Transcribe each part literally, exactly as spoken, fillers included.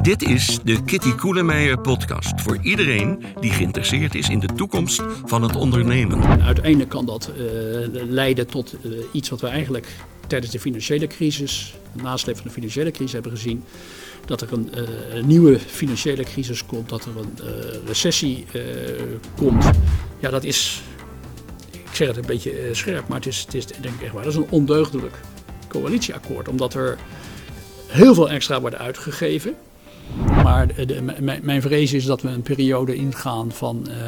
Dit is de Kitty Koelemeijer podcast voor iedereen die geïnteresseerd is in de toekomst van het ondernemen. Uiteindelijk kan dat uh, leiden tot uh, iets wat we eigenlijk tijdens de financiële crisis, de nasleep van de financiële crisis hebben gezien. Dat er een, uh, een nieuwe financiële crisis komt, dat er een uh, recessie uh, komt. Ja, dat is, ik zeg het een beetje uh, scherp, maar het is, het is denk ik echt waar. Dat is een ondeugdelijk coalitieakkoord, omdat er heel veel extra wordt uitgegeven. Maar de, de, mijn, mijn vrees is dat we een periode ingaan van uh,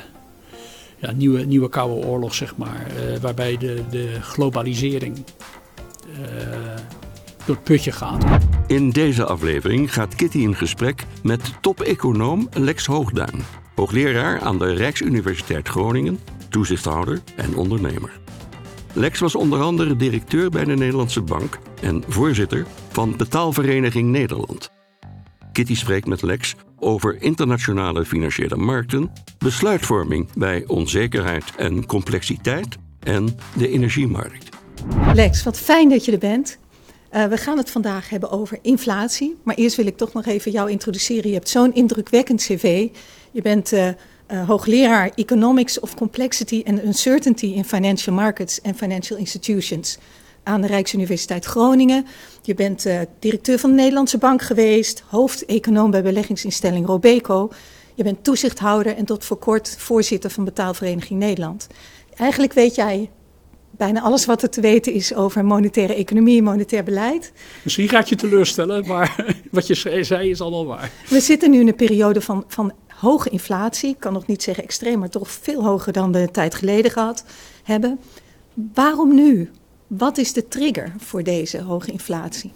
ja, nieuwe, nieuwe koude oorlog, zeg maar. Uh, waarbij de, de globalisering uh, door het putje gaat. In deze aflevering gaat Kitty in gesprek met top-econoom Lex Hoogduin. Hoogleraar aan de Rijksuniversiteit Groningen, toezichthouder en ondernemer. Lex was onder andere directeur bij de Nederlandse Bank en voorzitter van Betaalvereniging Nederland. Kitty spreekt met Lex over internationale financiële markten, besluitvorming bij onzekerheid en complexiteit en de energiemarkt. Lex, wat fijn dat je er bent. Uh, we gaan het vandaag hebben over inflatie, maar eerst wil ik toch nog even jou introduceren. Je hebt zo'n indrukwekkend cv. Je bent uh, uh, hoogleraar Economics of Complexity and Uncertainty in Financial Markets and Financial Institutions aan de Rijksuniversiteit Groningen. Je bent uh, directeur van de Nederlandse Bank geweest, hoofdeconoom bij beleggingsinstelling Robeco. Je bent toezichthouder en tot voor kort voorzitter van Betaalvereniging Nederland. Eigenlijk weet jij bijna alles wat er te weten is over monetaire economie en monetair beleid. Misschien ga ik je teleurstellen, maar wat je zei is allemaal waar. We zitten nu in een periode van, van hoge inflatie. Ik kan nog niet zeggen extreem, maar toch veel hoger dan we een tijd geleden gehad hebben. Waarom nu? Wat is de trigger voor deze hoge inflatie?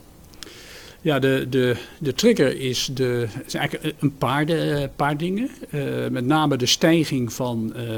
Ja, de, de, de trigger is, de, is eigenlijk een paar, de, paar dingen. Uh, met name de stijging van uh,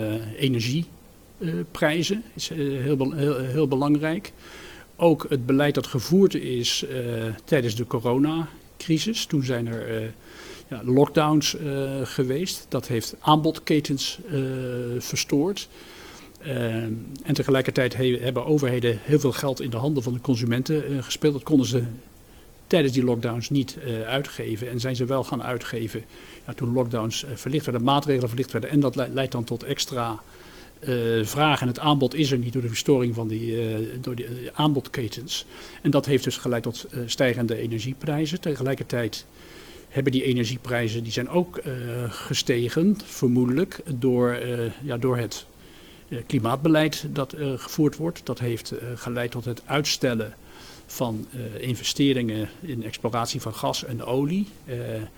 energieprijzen is uh, heel, heel, heel belangrijk. Ook het beleid dat gevoerd is uh, tijdens de coronacrisis. Toen zijn er uh, ja, lockdowns uh, geweest. Dat heeft aanbodketens uh, verstoord. Uh, en tegelijkertijd he, hebben overheden heel veel geld in de handen van de consumenten uh, gespeeld. Dat konden ze tijdens die lockdowns niet uh, uitgeven. En zijn ze wel gaan uitgeven ja, toen lockdowns uh, verlicht werden, maatregelen verlicht werden. En dat le- leidt dan tot extra uh, vraag. En het aanbod is er niet door de verstoring van die, uh, door die uh, aanbodketens. En dat heeft dus geleid tot uh, stijgende energieprijzen. Tegelijkertijd hebben die energieprijzen die zijn ook uh, gestegen, vermoedelijk, door, uh, ja, door het klimaatbeleid dat uh, gevoerd wordt. Dat heeft uh, geleid tot het uitstellen van uh, investeringen in exploratie van gas en olie. Uh,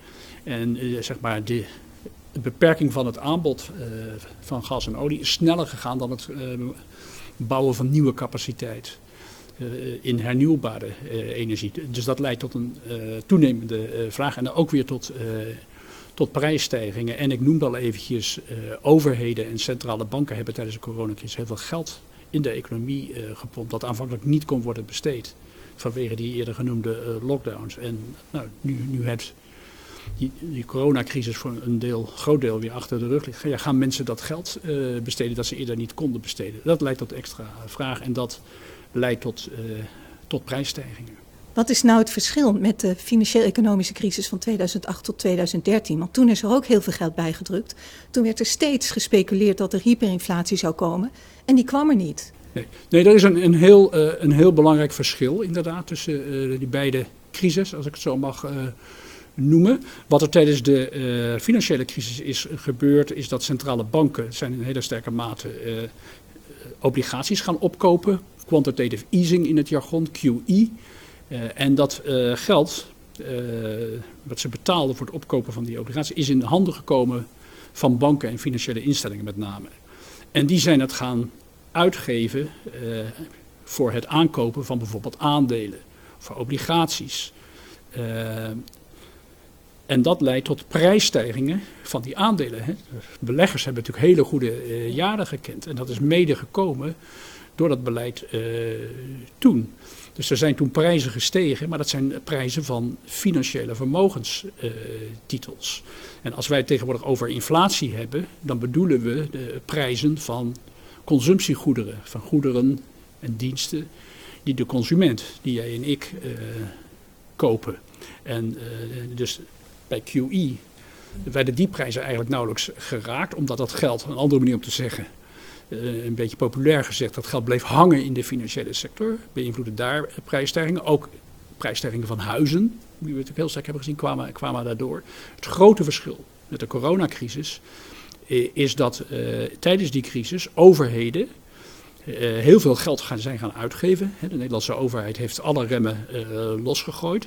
en uh, zeg maar de, de beperking van het aanbod uh, van gas en olie is sneller gegaan dan het uh, bouwen van nieuwe capaciteit uh, in hernieuwbare uh, energie. Dus dat leidt tot een uh, toenemende uh, vraag en ook weer tot Uh, tot prijsstijgingen. En ik noemde al eventjes, uh, overheden en centrale banken hebben tijdens de coronacrisis heel veel geld in de economie uh, gepompt, dat aanvankelijk niet kon worden besteed vanwege die eerder genoemde uh, lockdowns. En nou, nu, nu het, die, die coronacrisis voor een deel, groot deel weer achter de rug ligt, ja, gaan mensen dat geld uh, besteden dat ze eerder niet konden besteden. Dat leidt tot extra vraag en dat leidt tot, uh, tot prijsstijgingen. Wat is nou het verschil met de financieel-economische crisis van tweeduizend acht tot tweeduizend dertien? Want toen is er ook heel veel geld bijgedrukt. Toen werd er steeds gespeculeerd dat er hyperinflatie zou komen. En die kwam er niet. Nee, nee er is een, een, heel, uh, een heel belangrijk verschil inderdaad tussen uh, die beide crises, als ik het zo mag uh, noemen. Wat er tijdens de uh, financiële crisis is gebeurd, is dat centrale banken zijn in hele sterke mate uh, obligaties gaan opkopen. Quantitative easing in het jargon, Q E. Uh, en dat uh, geld, uh, wat ze betaalden voor het opkopen van die obligaties, is in de handen gekomen van banken en financiële instellingen met name. En die zijn het gaan uitgeven uh, voor het aankopen van bijvoorbeeld aandelen, voor obligaties. Uh, en dat leidt tot prijsstijgingen van die aandelen. Hè. Beleggers hebben natuurlijk hele goede uh, jaren gekend en dat is mede gekomen door dat beleid uh, toen. Dus er zijn toen prijzen gestegen, maar dat zijn prijzen van financiële vermogenstitels. Uh, en als wij het tegenwoordig over inflatie hebben, dan bedoelen we de prijzen van consumptiegoederen, van goederen en diensten die de consument, die jij en ik, uh, kopen. En uh, dus bij Q E werden die prijzen eigenlijk nauwelijks geraakt, omdat dat geld, een andere manier om te zeggen, uh, een beetje populair gezegd, dat geld bleef hangen in de financiële sector, beïnvloedde daar prijsstijgingen, ook prijsstijgingen van huizen, die we natuurlijk heel sterk hebben gezien, kwamen, kwamen daardoor. Het grote verschil met de coronacrisis is dat uh, tijdens die crisis overheden uh, heel veel geld gaan, zijn gaan uitgeven. De Nederlandse overheid heeft alle remmen uh, losgegooid.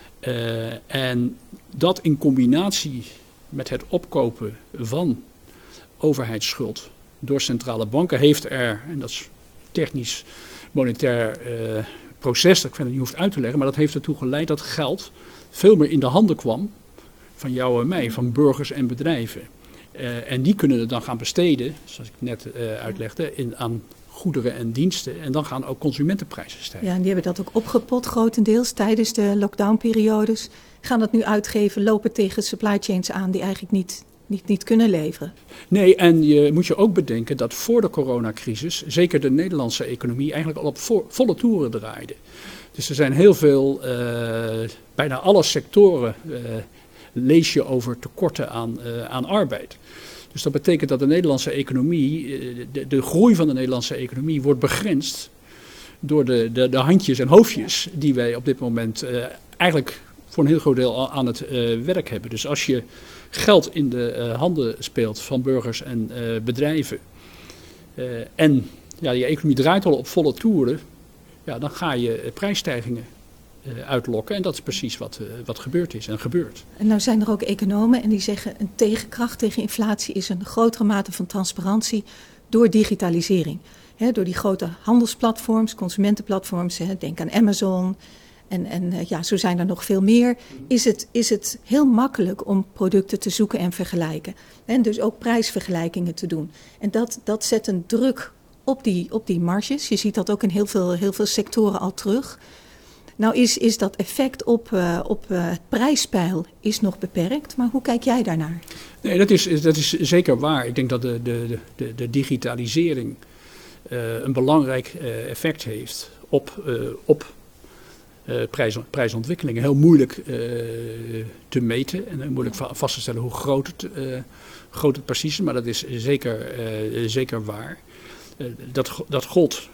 Uh, en dat in combinatie met het opkopen van overheidsschuld door centrale banken heeft er, en dat is technisch monetair uh, proces dat ik verder niet hoef uit te leggen, maar dat heeft ertoe geleid dat geld veel meer in de handen kwam van jou en mij, van burgers en bedrijven. Uh, en die kunnen het dan gaan besteden, zoals ik net uh, uitlegde, in, aan goederen en diensten. En dan gaan ook consumentenprijzen stijgen. Ja, en die hebben dat ook opgepot grotendeels tijdens de lockdownperiodes. Gaan dat nu uitgeven, lopen tegen supply chains aan die eigenlijk niet, niet, niet kunnen leveren. Nee, en je moet je ook bedenken dat voor de coronacrisis zeker de Nederlandse economie eigenlijk al op vo- volle toeren draaide. Dus er zijn heel veel, uh, bijna alle sectoren uh, lees je over tekorten aan, uh, aan arbeid. Dus dat betekent dat de Nederlandse economie, de, de groei van de Nederlandse economie wordt begrensd door de, de, de handjes en hoofdjes die wij op dit moment uh, eigenlijk voor een heel groot deel aan het uh, werk hebben. Dus als je geld in de uh, handen speelt van burgers en uh, bedrijven uh, en ja, je economie draait al op volle toeren, ja, dan ga je uh, prijsstijgingen uh, uitlokken. En dat is precies wat, uh, wat gebeurd is en gebeurt. En nou zijn er ook economen en die zeggen een tegenkracht tegen inflatie is een grotere mate van transparantie door digitalisering. He, door die grote handelsplatforms, consumentenplatforms, he, denk aan Amazon en, en uh, ja, zo zijn er nog veel meer. Is het, is het heel makkelijk om producten te zoeken en vergelijken. En dus ook prijsvergelijkingen te doen. En dat, dat zet een druk op die, op die marges. Je ziet dat ook in heel veel, heel veel sectoren al terug. Nou is, is dat effect op, uh, op uh, het prijspeil is nog beperkt, maar hoe kijk jij daarnaar? Nee, dat is, dat is zeker waar. Ik denk dat de, de, de, de digitalisering uh, een belangrijk uh, effect heeft op, uh, op uh, prijs, prijsontwikkelingen. Heel moeilijk uh, te meten en heel moeilijk va- vast te stellen hoe groot het, uh, groot het precies is, maar dat is zeker, uh, zeker waar. Uh, dat, dat gold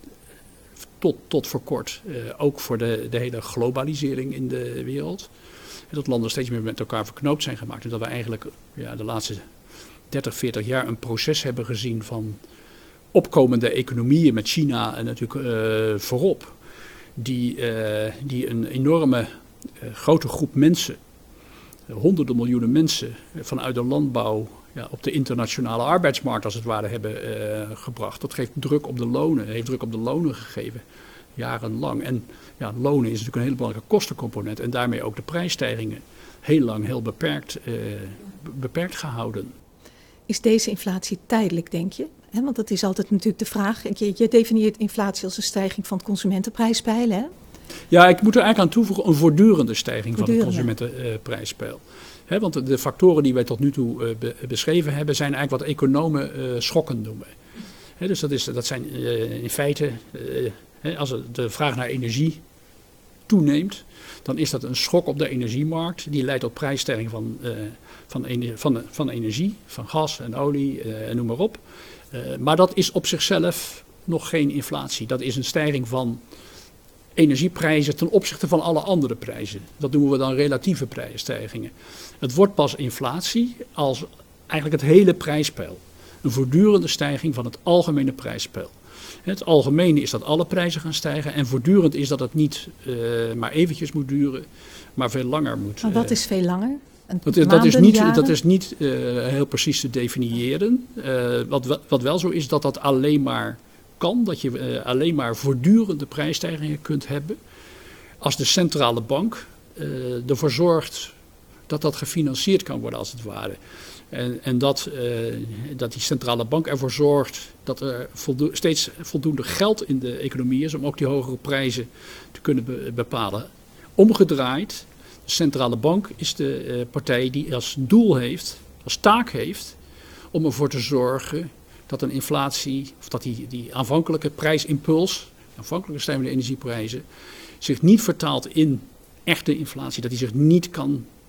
tot, tot voor kort uh, ook voor de, de hele globalisering in de wereld. Dat landen steeds meer met elkaar verknoopt zijn gemaakt. En dat we eigenlijk ja, de laatste dertig, veertig jaar een proces hebben gezien van opkomende economieën met China en natuurlijk uh, voorop. Die, uh, die een enorme uh, grote groep mensen, uh, honderden miljoenen mensen uh, vanuit de landbouw ja, op de internationale arbeidsmarkt als het ware hebben uh, gebracht. Dat geeft druk op de lonen, heeft druk op de lonen gegeven, jarenlang. En ja, lonen is natuurlijk een hele belangrijke kostencomponent en daarmee ook de prijsstijgingen heel lang heel beperkt, uh, beperkt gehouden. Is deze inflatie tijdelijk, denk je? He, want dat is altijd natuurlijk de vraag. Je, je definieert inflatie als een stijging van het consumentenprijspeil, hè? Ja, ik moet er eigenlijk aan toevoegen een voortdurende stijging Voortdurende. van het consumentenprijspeil. He, want de, de factoren die wij tot nu toe uh, be, beschreven hebben zijn eigenlijk wat economen uh, schokken noemen. He, dus dat, is, dat zijn uh, in feite, uh, he, als de vraag naar energie toeneemt, dan is dat een schok op de energiemarkt. Die leidt tot prijsstijging van, uh, van, van, van energie, van gas en olie uh, en noem maar op. Uh, maar dat is op zichzelf nog geen inflatie. Dat is een stijging van energieprijzen ten opzichte van alle andere prijzen. Dat noemen we dan relatieve prijsstijgingen. Het wordt pas inflatie als eigenlijk het hele prijspeil. Een voortdurende stijging van het algemene prijspeil. Het algemene is dat alle prijzen gaan stijgen en voortdurend is dat het niet uh, maar eventjes moet duren, maar veel langer moet. Maar wat is veel langer? Een Dat is, maanden, dat is niet, jaren? dat is niet uh, heel precies te definiëren. Uh, wat, wat wel zo is dat dat alleen maar kan, dat je uh, alleen maar voortdurende prijsstijgingen kunt hebben als de centrale bank uh, ervoor zorgt dat dat gefinancierd kan worden als het ware. En, en dat, uh, dat die centrale bank ervoor zorgt dat er voldo- steeds voldoende geld in de economie is om ook die hogere prijzen te kunnen be- bepalen. Omgedraaid, de centrale bank is de uh, partij die als doel heeft, als taak heeft, om ervoor te zorgen dat een inflatie, of dat die, die aanvankelijke prijsimpuls, aanvankelijke stijgende energieprijzen, zich niet vertaalt in echte inflatie, dat die zich niet kan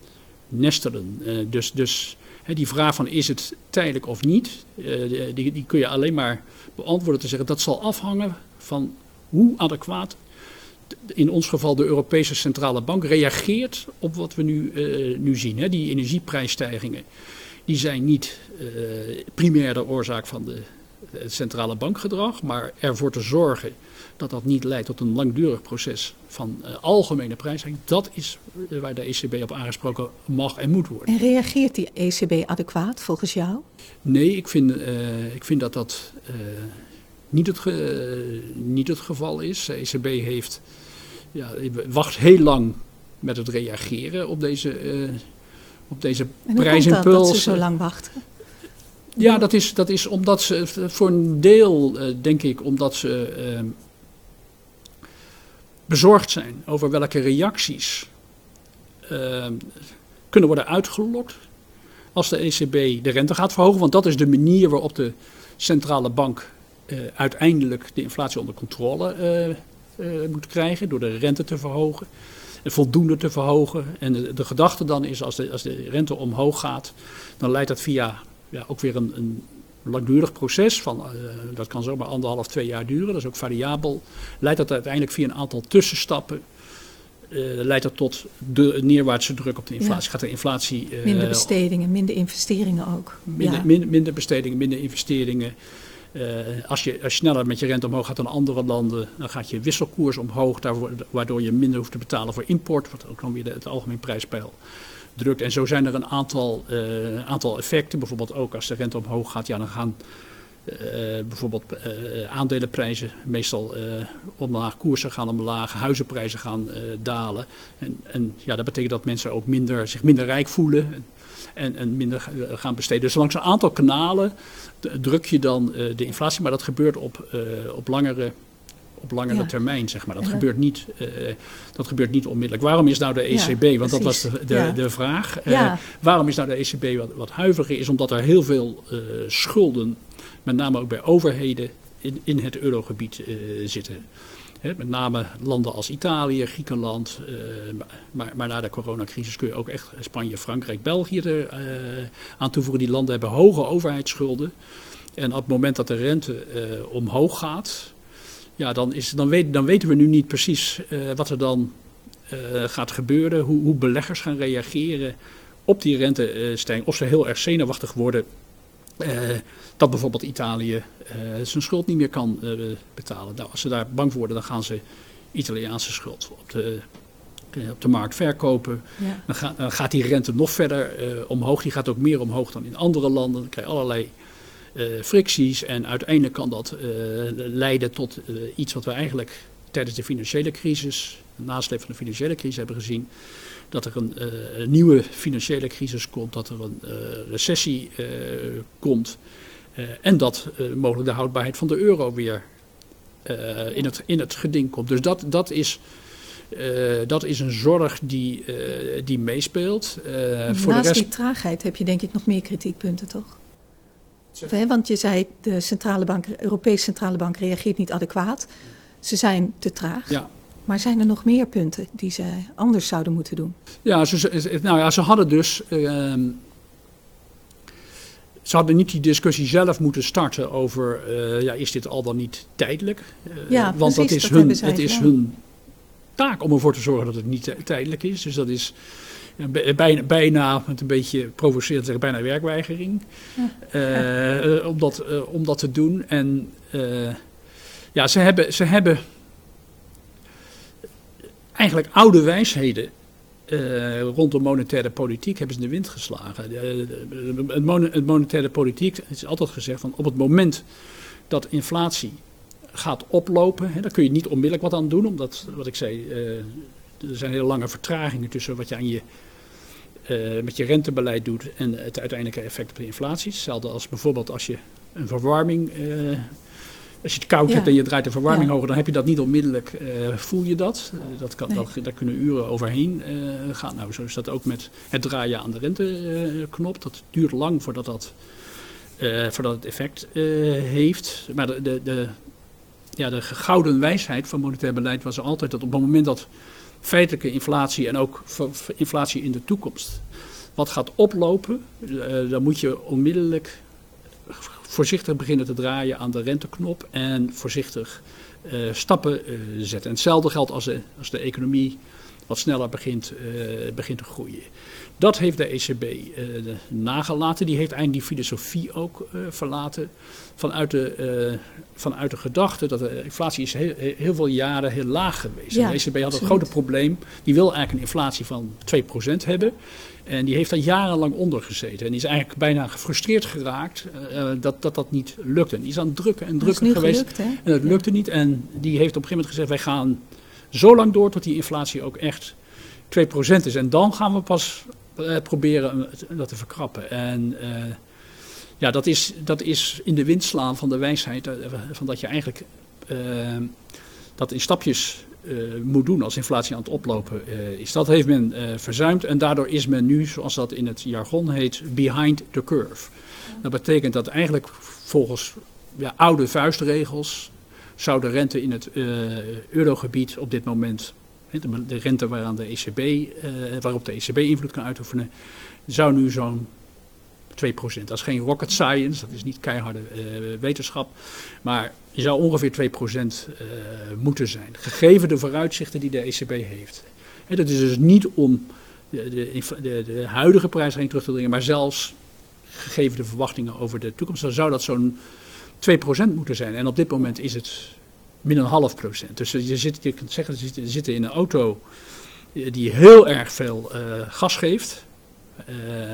nestelen. Uh, dus dus he, die vraag van is het tijdelijk of niet, uh, die, die kun je alleen maar beantwoorden te zeggen dat zal afhangen van hoe adequaat in ons geval de Europese Centrale Bank reageert op wat we nu, uh, nu zien. Hè. Die energieprijsstijgingen die zijn niet uh, primair de oorzaak van de, het centrale bankgedrag, maar ervoor te zorgen dat dat niet leidt tot een langdurig proces van uh, algemene prijsstijging. Dat is uh, waar de E C B op aangesproken mag en moet worden. En reageert die E C B adequaat volgens jou? Nee, ik vind, uh, ik vind dat dat uh, niet, het ge, uh, niet het geval is. De E C B heeft, ja, wacht heel lang met het reageren op deze, uh, op deze prijsimpuls. En hoe komt dat, dat ze zo lang wachten? Ja, dat is, dat is omdat ze voor een deel, uh, denk ik, omdat ze uh, bezorgd zijn over welke reacties uh, kunnen worden uitgelokt als de E C B de rente gaat verhogen. Want dat is de manier waarop de centrale bank uh, uiteindelijk de inflatie onder controle uh, uh, moet krijgen door de rente te verhogen. Voldoende te verhogen. En de, de gedachte dan is als de, als de rente omhoog gaat, dan leidt dat via ja, ook weer een, een langdurig proces van, uh, dat kan zomaar anderhalf, twee jaar duren, dat is ook variabel. Leidt dat uiteindelijk via een aantal tussenstappen, uh, leidt dat tot de neerwaartse druk op de inflatie. Ja. Gaat de inflatie... Uh, minder bestedingen, minder investeringen ook. Minder, ja. minder, minder bestedingen, minder investeringen. Uh, als, je, als je sneller met je rente omhoog gaat dan andere landen, dan gaat je wisselkoers omhoog, waardoor je minder hoeft te betalen voor import, wat ook dan weer de, het algemeen prijspeil drukt. En zo zijn er een aantal, uh, aantal effecten. Bijvoorbeeld ook als de rente omhoog gaat, ja, dan gaan uh, bijvoorbeeld uh, aandelenprijzen meestal uh, omlaag, koersen gaan omlaag, huizenprijzen gaan uh, dalen. En, en ja, dat betekent dat mensen ook minder, zich minder rijk voelen en, en minder gaan besteden. Dus langs een aantal kanalen druk je dan uh, de inflatie, maar dat gebeurt op, uh, op langere op langere ja. termijn, zeg maar. Dat, ja. gebeurt niet, uh, dat gebeurt niet onmiddellijk. Waarom is nou de E C B, ja, want dat was de, de, ja. de vraag, ja. uh, waarom is nou de E C B wat, wat huiveriger is? Omdat er heel veel uh, schulden, met name ook bij overheden, in, in het eurogebied uh, zitten. He, met name landen als Italië, Griekenland, uh, maar, maar na de coronacrisis kun je ook echt Spanje, Frankrijk, België er uh, aan toevoegen. Die landen hebben hoge overheidsschulden. En op het moment dat de rente uh, omhoog gaat, ja, dan, is, dan, weet, dan weten we nu niet precies uh, wat er dan uh, gaat gebeuren. Hoe, hoe beleggers gaan reageren op die rentestijging. Of ze heel erg zenuwachtig worden uh, dat bijvoorbeeld Italië uh, zijn schuld niet meer kan uh, betalen. Nou, als ze daar bang voor worden, dan gaan ze Italiaanse schuld op de, uh, op de markt verkopen. Ja. Dan, ga, dan gaat die rente nog verder uh, omhoog. Die gaat ook meer omhoog dan in andere landen. Dan krijg je allerlei Uh, fricties en uiteindelijk kan dat uh, leiden tot uh, iets wat we eigenlijk tijdens de financiële crisis, de nasleep van de financiële crisis hebben gezien, dat er een, uh, een nieuwe financiële crisis komt, dat er een uh, recessie uh, komt uh, en dat uh, mogelijk de houdbaarheid van de euro weer uh, in, het, in het geding komt. Dus dat, dat is... Uh, dat is een zorg die, uh, die meespeelt. Uh, Naast voor de rest... die traagheid heb je denk ik nog meer kritiekpunten, toch? Want je zei, de centrale bank, de Europese Centrale Bank reageert niet adequaat. Ze zijn te traag. Ja. Maar zijn er nog meer punten die ze anders zouden moeten doen? Ja, ze, nou ja, ze hadden dus... Uh, ze hadden niet die discussie zelf moeten starten over... Uh, ja, is dit al dan niet tijdelijk? Uh, ja, want precies, dat is, dat hun, zij, het is ja. hun taak om ervoor te zorgen dat het niet tijdelijk is. Dus dat is... Bijna, bijna, met een beetje provocerend zeggen, bijna werkweigering. Ja. Uh, uh, om, dat, uh, om dat te doen. En uh, ja, ze hebben, ze hebben eigenlijk oude wijsheden uh, rond de monetaire politiek hebben ze in de wind geslagen. Uh, het, mon- het monetaire politiek, het is altijd gezegd van op het moment dat inflatie gaat oplopen, hè, dan kun je niet onmiddellijk wat aan doen, omdat, wat ik zei, uh, er zijn hele lange vertragingen tussen wat je aan je Uh, met je rentebeleid doet en het uiteindelijke effect op de inflatie. Hetzelfde als bijvoorbeeld als je een verwarming, uh, als je het koud ja. hebt en je draait de verwarming ja. hoger, dan heb je dat niet onmiddellijk, uh, voel je dat. Uh, dat, kan, nee. dat. Daar kunnen uren overheen uh, gaan. Nou, zo is dat ook met het draaien aan de renteknop. Uh, dat duurt lang voordat, dat, uh, voordat het effect uh, heeft. Maar de, de, de, ja, de gouden wijsheid van monetair beleid was er altijd dat op het moment dat feitelijke inflatie en ook inflatie in de toekomst wat gaat oplopen, uh, dan moet je onmiddellijk voorzichtig beginnen te draaien aan de renteknop en voorzichtig uh, stappen uh, zetten. En hetzelfde geldt als de, als de economie wat sneller begint, uh, begint te groeien. Dat heeft de E C B uh, de, nagelaten. Die heeft eigenlijk die filosofie ook uh, verlaten. Vanuit de, uh, vanuit de gedachte dat de inflatie is heel, heel veel jaren heel laag geweest. Ja, de E C B had absoluut. Een groot probleem. Die wil eigenlijk een inflatie van twee procent hebben. En die heeft daar jarenlang onder gezeten. En die is eigenlijk bijna gefrustreerd geraakt uh, dat, dat dat niet lukte. En die is aan het drukken en drukken geweest. Gelukt, en dat lukte ja. niet. En die heeft op een gegeven moment gezegd, wij gaan zo lang door tot die inflatie ook echt twee procent is. En dan gaan we pas uh, proberen dat te verkrappen. En uh, ja, dat is, dat is in de wind slaan van de wijsheid. Uh, van dat je eigenlijk uh, dat in stapjes uh, moet doen als inflatie aan het oplopen uh, is. Dat heeft men uh, verzuimd. En daardoor is men nu, zoals dat in het jargon heet, behind the curve. Dat betekent dat eigenlijk volgens ja, oude vuistregels zou de rente in het uh, eurogebied op dit moment, de, de rente waaraan de E C B, uh, waarop de E C B invloed kan uitoefenen, zou nu zo'n twee procent. Dat is geen rocket science, dat is niet keiharde uh, wetenschap, maar je zou ongeveer twee procent uh, moeten zijn, gegeven de vooruitzichten die de E C B heeft. En dat is dus niet om de, de, de, de huidige prijsstijging terug te dringen, maar zelfs gegeven de verwachtingen over de toekomst, dan zou dat zo'n twee procent moeten zijn. En op dit moment is het min een half procent. Dus je, zit, je kunt zeggen, we zitten in een auto die heel erg veel uh, gas geeft. Uh,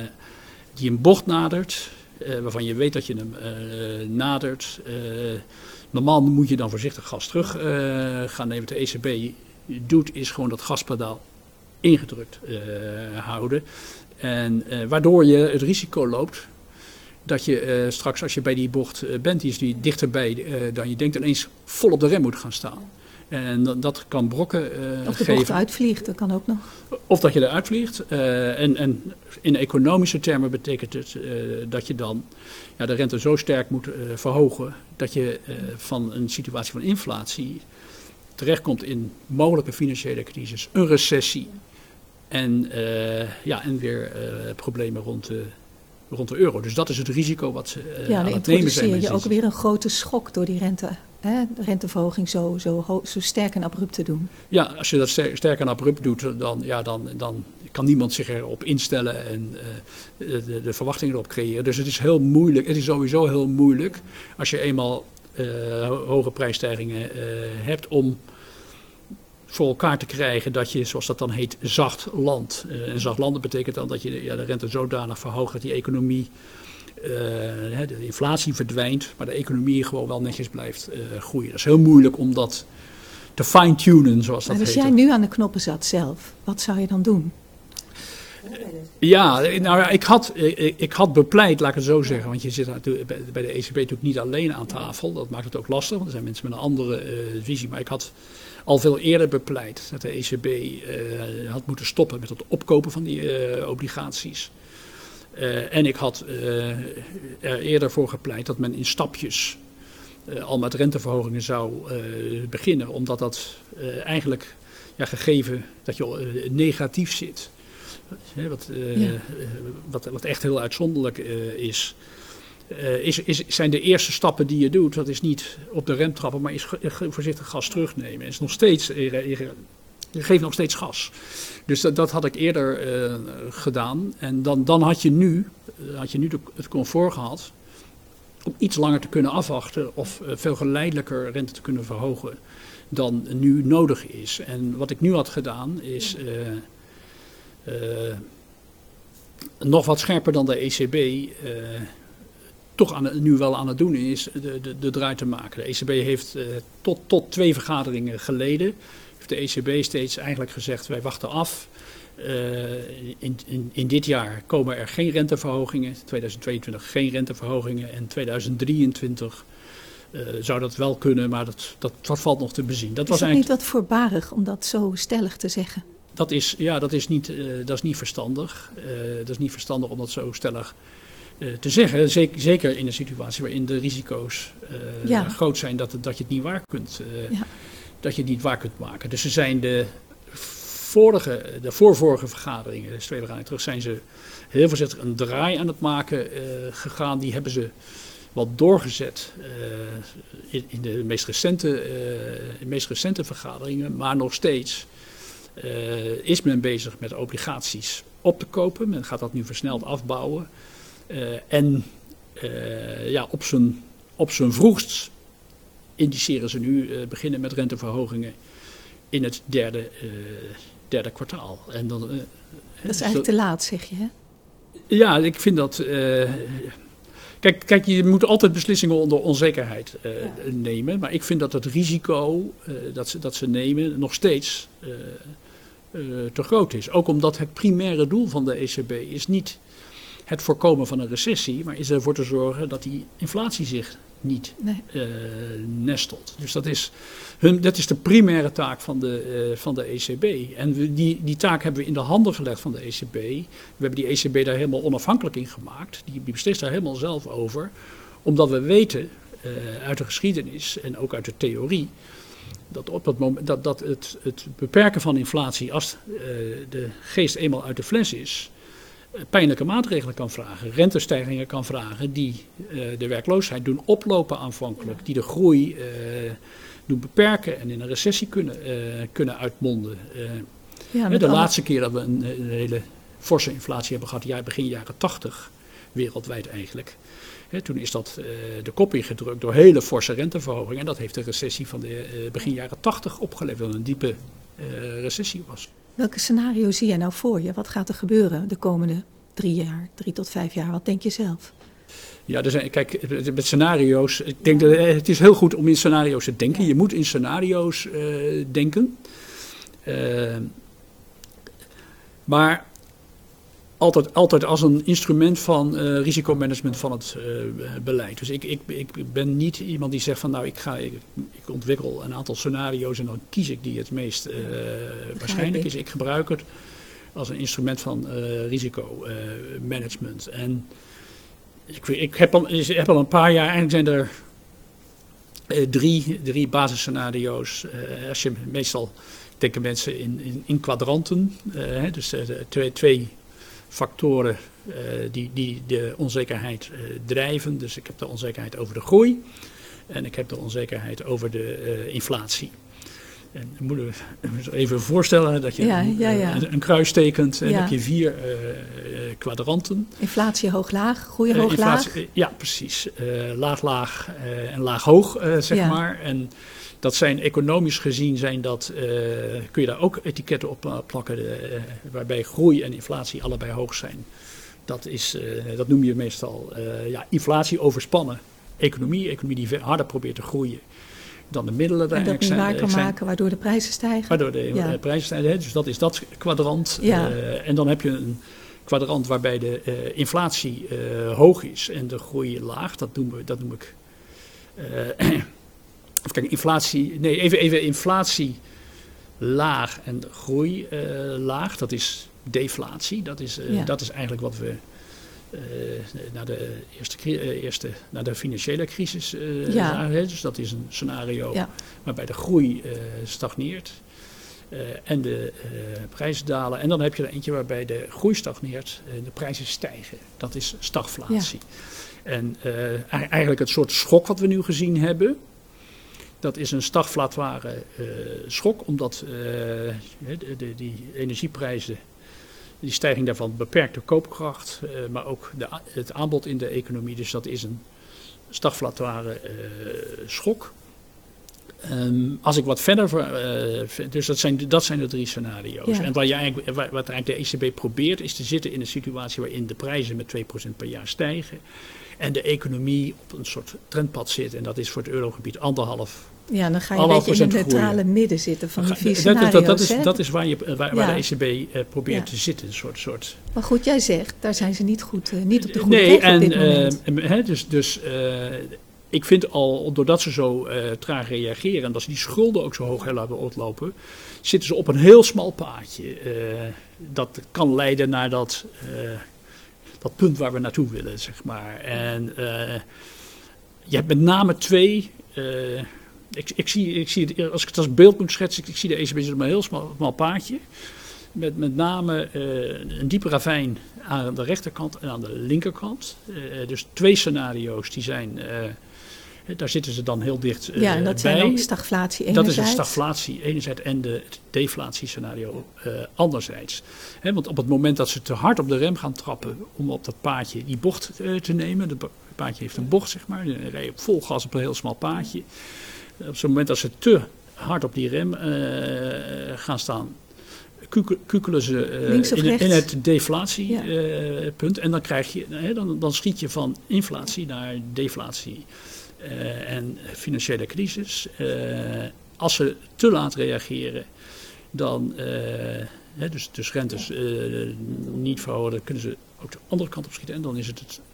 die een bocht nadert. Uh, waarvan je weet dat je hem uh, nadert. Uh, normaal moet je dan voorzichtig gas terug uh, gaan nemen. Wat de E C B doet is gewoon dat gaspedaal ingedrukt uh, houden. En uh, waardoor je het risico loopt dat je uh, straks als je bij die bocht uh, bent, die is die dichterbij uh, dan je denkt, ineens vol op de rem moet gaan staan. En dat, dat kan brokken uh, geven. Of de bocht uitvliegt, dat kan ook nog. Of dat je eruit vliegt. Uh, en, en in economische termen betekent het uh, dat je dan ja, de rente zo sterk moet uh, verhogen dat je uh, van een situatie van inflatie terechtkomt in mogelijke financiële crisis, een recessie en, uh, ja, en weer uh, problemen rond de rond de euro. Dus dat is het risico wat ze uh, ja, aan het nemen zijn. Ja, dan je ook weer een grote schok door die rente, hè, de renteverhoging zo, zo, zo sterk en abrupt te doen. Ja, als je dat sterk, sterk en abrupt doet, dan, ja, dan, dan kan niemand zich erop instellen en uh, de, de verwachtingen erop creëren. Dus het is heel moeilijk, het is sowieso heel moeilijk als je eenmaal uh, hoge prijsstijgingen uh, hebt om voor elkaar te krijgen dat je, zoals dat dan heet, zacht land. Uh, en zacht landen betekent dan dat je ja, de rente zodanig verhoogt dat die economie, uh, de inflatie verdwijnt, maar de economie gewoon wel netjes blijft uh, groeien. Dat is heel moeilijk om dat te fine-tunen, zoals dat heet. Als jij nu aan de knoppen zat zelf, wat zou je dan doen? Ja, nou ja, ik had, ik, ik had bepleit, laat ik het zo zeggen, want je zit bij de E C B natuurlijk niet alleen aan tafel. Dat maakt het ook lastig, want er zijn mensen met een andere uh, visie. Maar ik had al veel eerder bepleit dat de E C B uh, had moeten stoppen met het opkopen van die uh, obligaties. Uh, en ik had uh, er eerder voor gepleit dat men in stapjes uh, al met renteverhogingen zou uh, beginnen. Omdat dat uh, eigenlijk, ja, gegeven dat je uh, negatief zit, uh, wat, uh, ja. uh, wat, wat echt heel uitzonderlijk uh, is. Uh, is, is, zijn de eerste stappen die je doet, dat is niet op de rem trappen, maar is ge, voorzichtig gas terugnemen. Is nog steeds, je, je, je geeft nog steeds gas. Dus dat, dat had ik eerder uh, gedaan. En dan, dan had je nu, had je nu de, het comfort gehad om iets langer te kunnen afwachten of uh, veel geleidelijker rente te kunnen verhogen dan nu nodig is. En wat ik nu had gedaan is uh, uh, nog wat scherper dan de E C B uh, toch aan, nu wel aan het doen is de, de, de draai te maken. De E C B heeft uh, tot, tot twee vergaderingen geleden, heeft de E C B steeds eigenlijk gezegd, wij wachten af. Uh, in, in, in dit jaar komen er geen renteverhogingen, tweeduizend tweeëntwintig geen renteverhogingen en tweeduizend drieëntwintig uh, zou dat wel kunnen, maar dat, dat, dat valt nog te bezien. Dat is was het niet wat voorbarig om dat zo stellig te zeggen? Dat is, ja, dat is niet, uh, dat is niet verstandig. Uh, dat is niet verstandig om dat zo stellig uh, te zeggen. Zeker, zeker in een situatie waarin de risico's uh, ja. groot zijn dat, dat je het niet waar kunt, uh, ja. dat je het niet waar kunt maken. Dus ze zijn de vorige, de voorvorige vergaderingen, dus twee vergaderingen terug, zijn ze heel voorzichtig een draai aan het maken uh, gegaan. Die hebben ze wat doorgezet uh, in, in de meest recente, uh, in meest recente vergaderingen. Maar nog steeds uh, is men bezig met obligaties op te kopen. Men gaat dat nu versneld afbouwen. Uh, en uh, ja, op zijn, op zijn vroegst indiceren ze nu uh, beginnen met renteverhogingen in het derde, uh, derde kwartaal. En dan, uh, dat is eigenlijk dat, te laat, zeg je, hè? Ja, ik vind dat... Uh, kijk, kijk, je moet altijd beslissingen onder onzekerheid uh, ja. nemen. Maar ik vind dat het risico uh, dat, ze, dat ze nemen nog steeds uh, uh, te groot is. Ook omdat het primaire doel van de E C B is niet het voorkomen van een recessie, maar is ervoor te zorgen dat die inflatie zich niet nee. uh, nestelt. Dus dat is, hun, dat is de primaire taak van de, uh, van de E C B. En we, die, die taak hebben we in de handen gelegd van de E C B. We hebben die E C B daar helemaal onafhankelijk in gemaakt. Die, die beslist daar helemaal zelf over. Omdat we weten uh, uit de geschiedenis en ook uit de theorie dat, op het, moment, dat, dat het, het beperken van inflatie, als uh, de geest eenmaal uit de fles is, pijnlijke maatregelen kan vragen, rentestijgingen kan vragen die uh, de werkloosheid doen oplopen aanvankelijk, die de groei uh, doen beperken en in een recessie kunnen, uh, kunnen uitmonden. Uh, ja, de alle... laatste keer dat we een, een hele forse inflatie hebben gehad, ja, begin jaren tachtig, wereldwijd eigenlijk. He, toen is dat uh, de kop ingedrukt door hele forse renteverhogingen en dat heeft de recessie van de uh, begin jaren tachtig opgeleverd, dat een diepe uh, recessie was. Welke scenario zie jij nou voor je? Wat gaat er gebeuren de komende drie jaar, drie tot vijf jaar? Wat denk je zelf? Ja, er zijn, kijk, met scenario's. Ik denk dat het is heel goed om in scenario's te denken. Je moet in scenario's uh, denken. Uh, maar altijd, altijd als een instrument van uh, risicomanagement van het uh, beleid. Dus ik, ik, ik ben niet iemand die zegt van nou ik ga ik, ik ontwikkel een aantal scenario's en dan kies ik die het meest uh, waarschijnlijk is. Ik gebruik het als een instrument van uh, risicomanagement. Uh, en ik, ik heb, al, ik heb al een paar jaar, eigenlijk zijn er uh, drie, drie basisscenario's. Uh, als je meestal denken mensen in, in, in kwadranten, uh, dus uh, twee, twee factoren uh, die, die de onzekerheid uh, drijven. Dus ik heb de onzekerheid over de groei en ik heb de onzekerheid over de uh, inflatie. En dan moeten we even voorstellen dat je ja, ja, ja. Een, een kruis tekent en ja. heb je vier uh, uh, kwadranten. Inflatie hoog-laag, groei hoog-laag. Uh, ja, precies. Uh, laag-laag uh, en laag-hoog, uh, zeg ja. maar. En dat zijn economisch gezien, zijn dat, uh, kun je daar ook etiketten op uh, plakken, uh, waarbij groei en inflatie allebei hoog zijn. Dat, is, uh, dat noem je meestal uh, ja, inflatie overspannen economie, economie die harder probeert te groeien dan de middelen daar en dat niet zijn, waar kan zijn, maken, waardoor de prijzen stijgen. Waardoor de ja. prijzen stijgen, hè? Dus dat is dat kwadrant. Ja. Uh, en dan heb je een kwadrant waarbij de uh, inflatie uh, hoog is en de groei laag. Dat noem, dat noem ik... Uh, Kijk, inflatie, nee, even, even inflatie laag en groei uh, laag, dat is deflatie. Dat is, uh, ja. dat is eigenlijk wat we uh, na, de eerste, uh, eerste, na de financiële crisis uh, ja. zagen. Dus dat is een scenario ja. waarbij de groei uh, stagneert uh, en de uh, prijzen dalen. En dan heb je er eentje waarbij de groei stagneert en de prijzen stijgen. Dat is stagflatie. Ja. En uh, eigenlijk het soort schok wat we nu gezien hebben. Dat is een stagflatoire uh, schok, omdat uh, de, de, die energieprijzen, die stijging daarvan beperkt de koopkracht, uh, maar ook de, het aanbod in de economie. Dus dat is een stagflatoire uh, schok. Um, als ik wat verder, uh, dus dat zijn, dat zijn de drie scenario's. Ja. En wat, je eigenlijk, wat eigenlijk de E C B probeert is te zitten in een situatie waarin de prijzen met twee procent per jaar stijgen. En de economie op een soort trendpad zit. En dat is voor het eurogebied anderhalf. Ja, dan ga je een beetje in het neutrale groeien. midden zitten van die vier scenario's. Dat, dat, dat, is, hè? dat is waar, je, waar, waar ja. de E C B uh, probeert ja. te zitten. Een soort, soort... Maar goed, jij zegt, daar zijn ze niet, goed, uh, niet op de goede nee, plek en, op dit moment. Uh, hè, dus dus uh, ik vind al, doordat ze zo uh, traag reageren... en dat ze die schulden ook zo hoog hebben oplopen... zitten ze op een heel smal paadje. Uh, dat kan leiden naar dat... Uh, dat punt waar we naartoe willen, zeg maar. En uh, je hebt met name twee... Uh, ik, ik, zie, ik zie het, als ik het als beeld moet schetsen, ik, ik zie de E C B op een heel smal, smal paadje. met met name uh, een diepe ravijn aan de rechterkant en aan de linkerkant. Uh, dus twee scenario's die zijn, uh, daar zitten ze dan heel dicht uh, Ja, en dat bij. zijn ook stagflatie enerzijds. Dat is het stagflatie enerzijds en de, het deflatiescenario uh, anderzijds. He, want op het moment dat ze te hard op de rem gaan trappen om op dat paadje die bocht uh, te nemen. Het paadje heeft een bocht, zeg maar. Dan rij je op vol gas op een heel smal paadje. Op zo'n moment dat ze te hard op die rem uh, gaan staan, kukelen ze uh, in, in het deflatiepunt. Ja. Uh, en dan, krijg je, uh, dan, dan schiet je van inflatie naar deflatie uh, en financiële crisis. Uh, als ze te laat reageren, dan, uh, hè, dus, dus rentes uh, niet verhogen, dan kunnen ze ook de andere kant op schieten. En dan is het het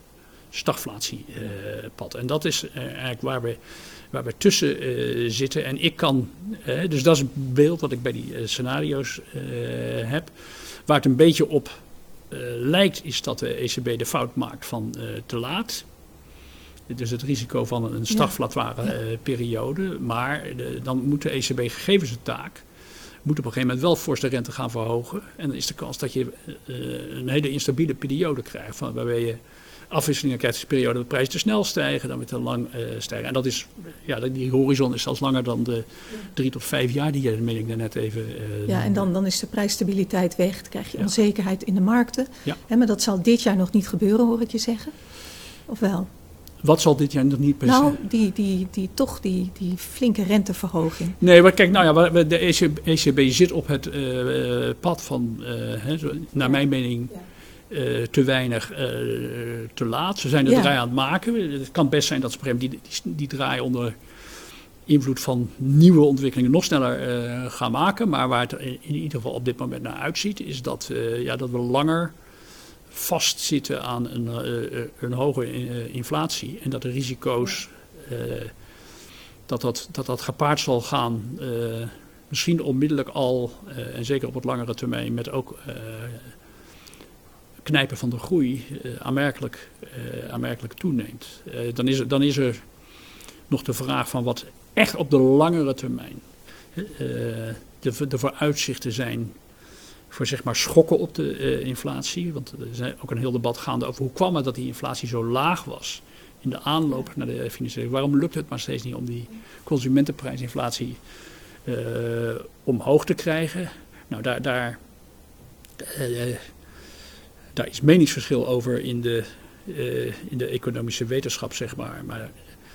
stagflatiepad. Uh, en dat is uh, eigenlijk waar we... waar we tussen uh, zitten. En ik kan, uh, dus dat is een beeld wat ik bij die uh, scenario's uh, heb. Waar het een beetje op uh, lijkt, is dat de E C B de fout maakt van uh, te laat. Dus het risico van een stagflatoire ja. uh, periode. Maar de, dan moet de E C B, gegeven zijn taak, moet op een gegeven moment wel fors de rente gaan verhogen. En dan is de kans dat je uh, een hele instabiele periode krijgt. Van, waarbij je afwisselingen krijgt, de periode dat de prijzen te snel stijgen, dan weer te lang uh, stijgen. En dat is, ja, die horizon is zelfs langer dan de drie tot vijf jaar die je, meen ik daarnet even... Uh, ja, en dan, dan is de prijsstabiliteit weg, dan krijg je ja. onzekerheid in de markten. Ja. Hè, maar dat zal dit jaar nog niet gebeuren, hoor ik je zeggen. Of wel? Wat zal dit jaar nog niet per se? Nou, die, die, die, toch die, die flinke renteverhoging. Nee, maar kijk, nou ja, de E C B zit op het uh, pad van, uh, hè, zo, naar mijn mening... Ja. Uh, te weinig, uh, te laat. Ze zijn de ja. draai aan het maken. Het kan best zijn dat ze op een gegeven moment die, die, die draai onder invloed van nieuwe ontwikkelingen nog sneller uh, gaan maken. Maar waar het in ieder geval op dit moment naar uitziet, is dat, uh, ja, dat we langer vastzitten aan een, uh, een hoge uh, inflatie. En dat de risico's, uh, dat, dat, dat dat gepaard zal gaan, uh, misschien onmiddellijk al, uh, en zeker op het langere termijn, met ook... Uh, knijpen van de groei uh, aanmerkelijk, uh, aanmerkelijk toeneemt. Uh, dan, is er, dan is er nog de vraag van wat echt op de langere termijn uh, de, de vooruitzichten zijn voor zeg maar schokken op de uh, inflatie. Want er is ook een heel debat gaande over hoe kwam het dat die inflatie zo laag was in de aanloop naar de financiële. Waarom lukt het maar steeds niet om die consumentenprijsinflatie uh, omhoog te krijgen? Nou, daar... daar uh, Daar is meningsverschil over in de, uh, in de economische wetenschap, zeg maar. maar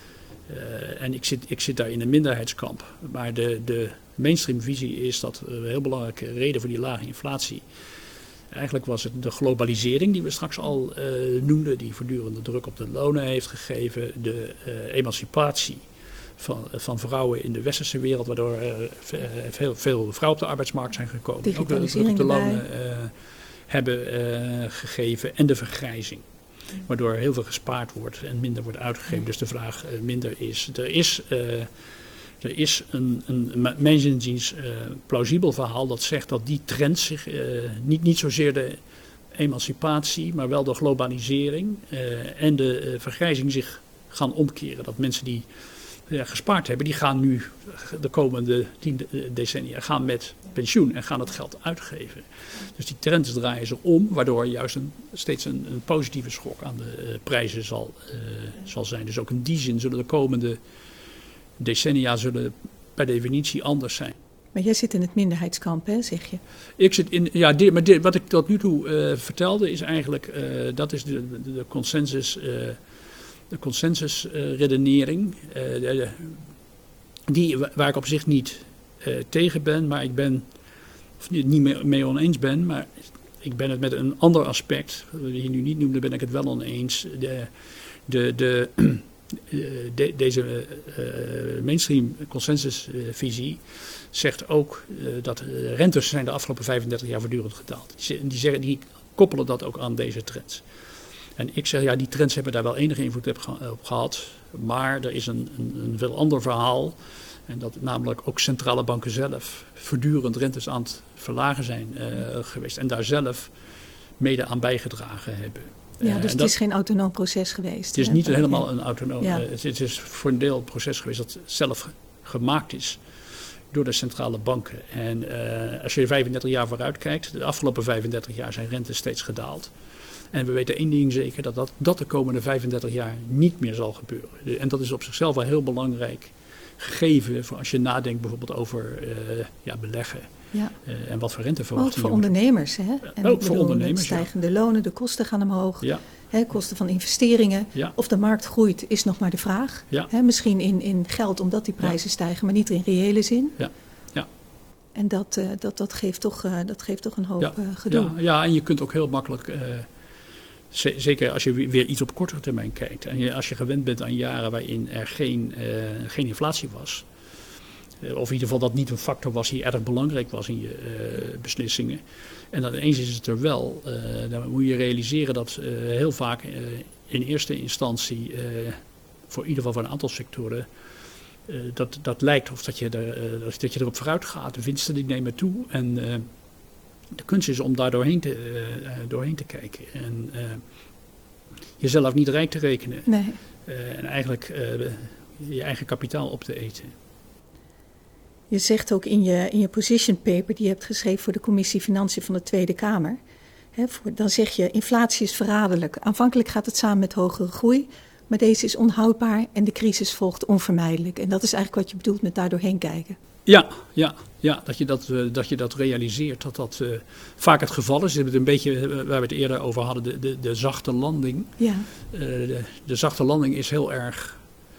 uh, en ik zit, ik zit daar in een minderheidskamp. Maar de, de mainstream visie is dat een heel belangrijke reden voor die lage inflatie. Eigenlijk was het de globalisering die we straks al uh, noemden, die voortdurende druk op de lonen heeft gegeven. De uh, emancipatie van, van vrouwen in de westerse wereld, waardoor uh, veel, veel vrouwen op de arbeidsmarkt zijn gekomen. Digitalisering ook de, de lonen uh, hebben uh, gegeven en de vergrijzing. Waardoor heel veel gespaard wordt en minder wordt uitgegeven. Dus de vraag uh, minder is. Er is, uh, er is een, een mijns inziens uh, plausibel verhaal dat zegt dat die trend zich, uh, niet, niet zozeer de emancipatie, maar wel de globalisering uh, en de uh, vergrijzing zich gaan omkeren. Dat mensen die ja, gespaard hebben, die gaan nu de komende tien decennia gaan met pensioen en gaan het geld uitgeven. Dus die trends draaien zich om, waardoor juist een, steeds een, een positieve schok aan de uh, prijzen zal, uh, zal zijn. Dus ook in die zin zullen de komende decennia zullen per definitie anders zijn. Maar jij zit in het minderheidskamp, hè, zeg je? Ik zit in, ja, dit, maar dit, wat ik tot nu toe uh, vertelde is eigenlijk, uh, dat is de, de, de consensus... Uh, De consensusredenering, uh, uh, de, die, waar ik op zich niet uh, tegen ben, maar ik ben, of niet, niet mee, mee oneens ben, maar ik ben het met een ander aspect, wat je nu niet noemde, ben ik het wel oneens. De, de, de, de, deze uh, mainstream consensusvisie zegt ook uh, dat uh, rentes zijn de afgelopen vijfendertig jaar voortdurend gedaald. Die, die, zeggen, die koppelen dat ook aan deze trends. En ik zeg, ja, die trends hebben daar wel enige invloed op gehad. Maar er is een, een, een veel ander verhaal. En dat namelijk ook centrale banken zelf voortdurend rentes aan het verlagen zijn uh, geweest. En daar zelf mede aan bijgedragen hebben. Ja, dus uh, het dat, is geen autonoom proces geweest. Het is niet ja. helemaal een autonoom. Ja. Uh, het, het is voor een deel een proces geweest dat zelf gemaakt is door de centrale banken. En uh, als je vijfendertig jaar vooruit kijkt, de afgelopen vijfendertig jaar zijn rentes steeds gedaald. En we weten één ding zeker, dat dat, dat de komende vijfendertig jaar niet meer zal gebeuren. En dat is op zichzelf wel heel belangrijk gegeven voor als je nadenkt bijvoorbeeld over uh, ja, beleggen. Ja. Uh, en wat voor renteverwachtingen. Ook voor ondernemers. Hè? En ook voor ondernemers. De stijgende ja. lonen, de kosten gaan omhoog. Ja. Hè, kosten van investeringen. Ja. Of de markt groeit is nog maar de vraag. Ja. Hè, misschien in, in geld omdat die prijzen ja. stijgen, maar niet in reële zin. Ja. Ja. En dat, uh, dat, dat, geeft toch, uh, dat geeft toch een hoop ja. uh, gedoe. Ja. ja, en je kunt ook heel makkelijk... Uh, z- zeker als je weer iets op kortere termijn kijkt. En je, als je gewend bent aan jaren waarin er geen, uh, geen inflatie was... Of in ieder geval dat niet een factor was die erg belangrijk was in je uh, beslissingen. En dan ineens is het er wel. Uh, dan moet je realiseren dat uh, heel vaak uh, in eerste instantie, uh, voor in ieder geval voor een aantal sectoren, uh, dat, dat lijkt of dat je, er, uh, dat je erop vooruit gaat. De winsten die nemen toe. En uh, de kunst is om daar doorheen te, uh, doorheen te kijken. En uh, jezelf niet rijk te rekenen. Nee. Uh, en eigenlijk uh, je eigen kapitaal op te eten. Je zegt ook in je, in je position paper die je hebt geschreven voor de Commissie Financiën van de Tweede Kamer. Hè, voor, dan zeg je, inflatie is verraderlijk. Aanvankelijk gaat het samen met hogere groei, maar deze is onhoudbaar en de crisis volgt onvermijdelijk. En dat is eigenlijk wat je bedoelt met daar doorheen kijken. Ja, ja, ja dat, je dat, uh, dat je dat realiseert, dat dat uh, vaak het geval is. Het een beetje uh, waar we het eerder over hadden, de, de, de zachte landing. Ja. Uh, de, de zachte landing is heel erg...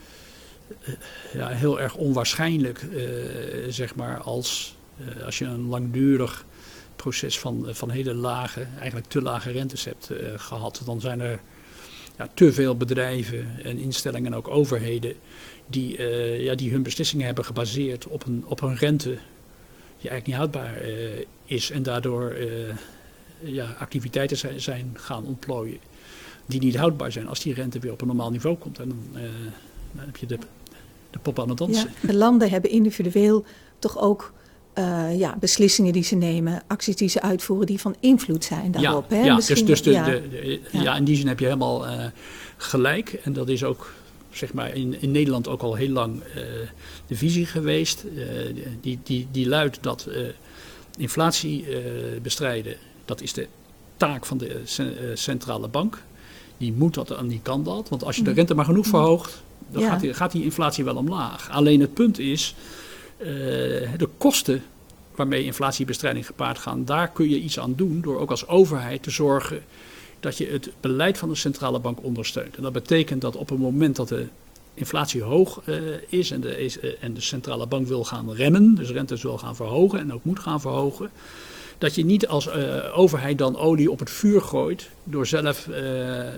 Ja, heel erg onwaarschijnlijk, uh, zeg maar, als, uh, als je een langdurig proces van, van hele lage, eigenlijk te lage rentes hebt uh, gehad. Dan zijn er ja, te veel bedrijven en instellingen en ook overheden die, uh, ja, die hun beslissingen hebben gebaseerd op een, op een rente die eigenlijk niet houdbaar uh, is. En daardoor uh, ja, activiteiten zijn, zijn gaan ontplooien die niet houdbaar zijn als die rente weer op een normaal niveau komt. En dan... Uh, Dan heb je de, de pop aan het dansen. Ja, de landen hebben individueel toch ook uh, ja, beslissingen die ze nemen, acties die ze uitvoeren die van invloed zijn daarop. Ja, hè? ja, dus, dus de, ja. De, de, ja. ja, in die zin heb je helemaal uh, gelijk. En dat is ook zeg maar, in, in Nederland ook al heel lang uh, de visie geweest. Uh, die, die, die luidt dat uh, inflatie uh, bestrijden, dat is de taak van de centrale bank. Die moet dat en die kan dat. Want als je de rente maar genoeg verhoogt, dan ja. gaat, die, gaat die inflatie wel omlaag. Alleen het punt is, uh, de kosten waarmee inflatiebestrijding gepaard gaan, daar kun je iets aan doen door ook als overheid te zorgen dat je het beleid van de centrale bank ondersteunt. En dat betekent dat op het moment dat de inflatie hoog uh, is, en de, is uh, en de centrale bank wil gaan remmen, dus rentes wil gaan verhogen en ook moet gaan verhogen, dat je niet als uh, overheid dan olie op het vuur gooit door zelf uh,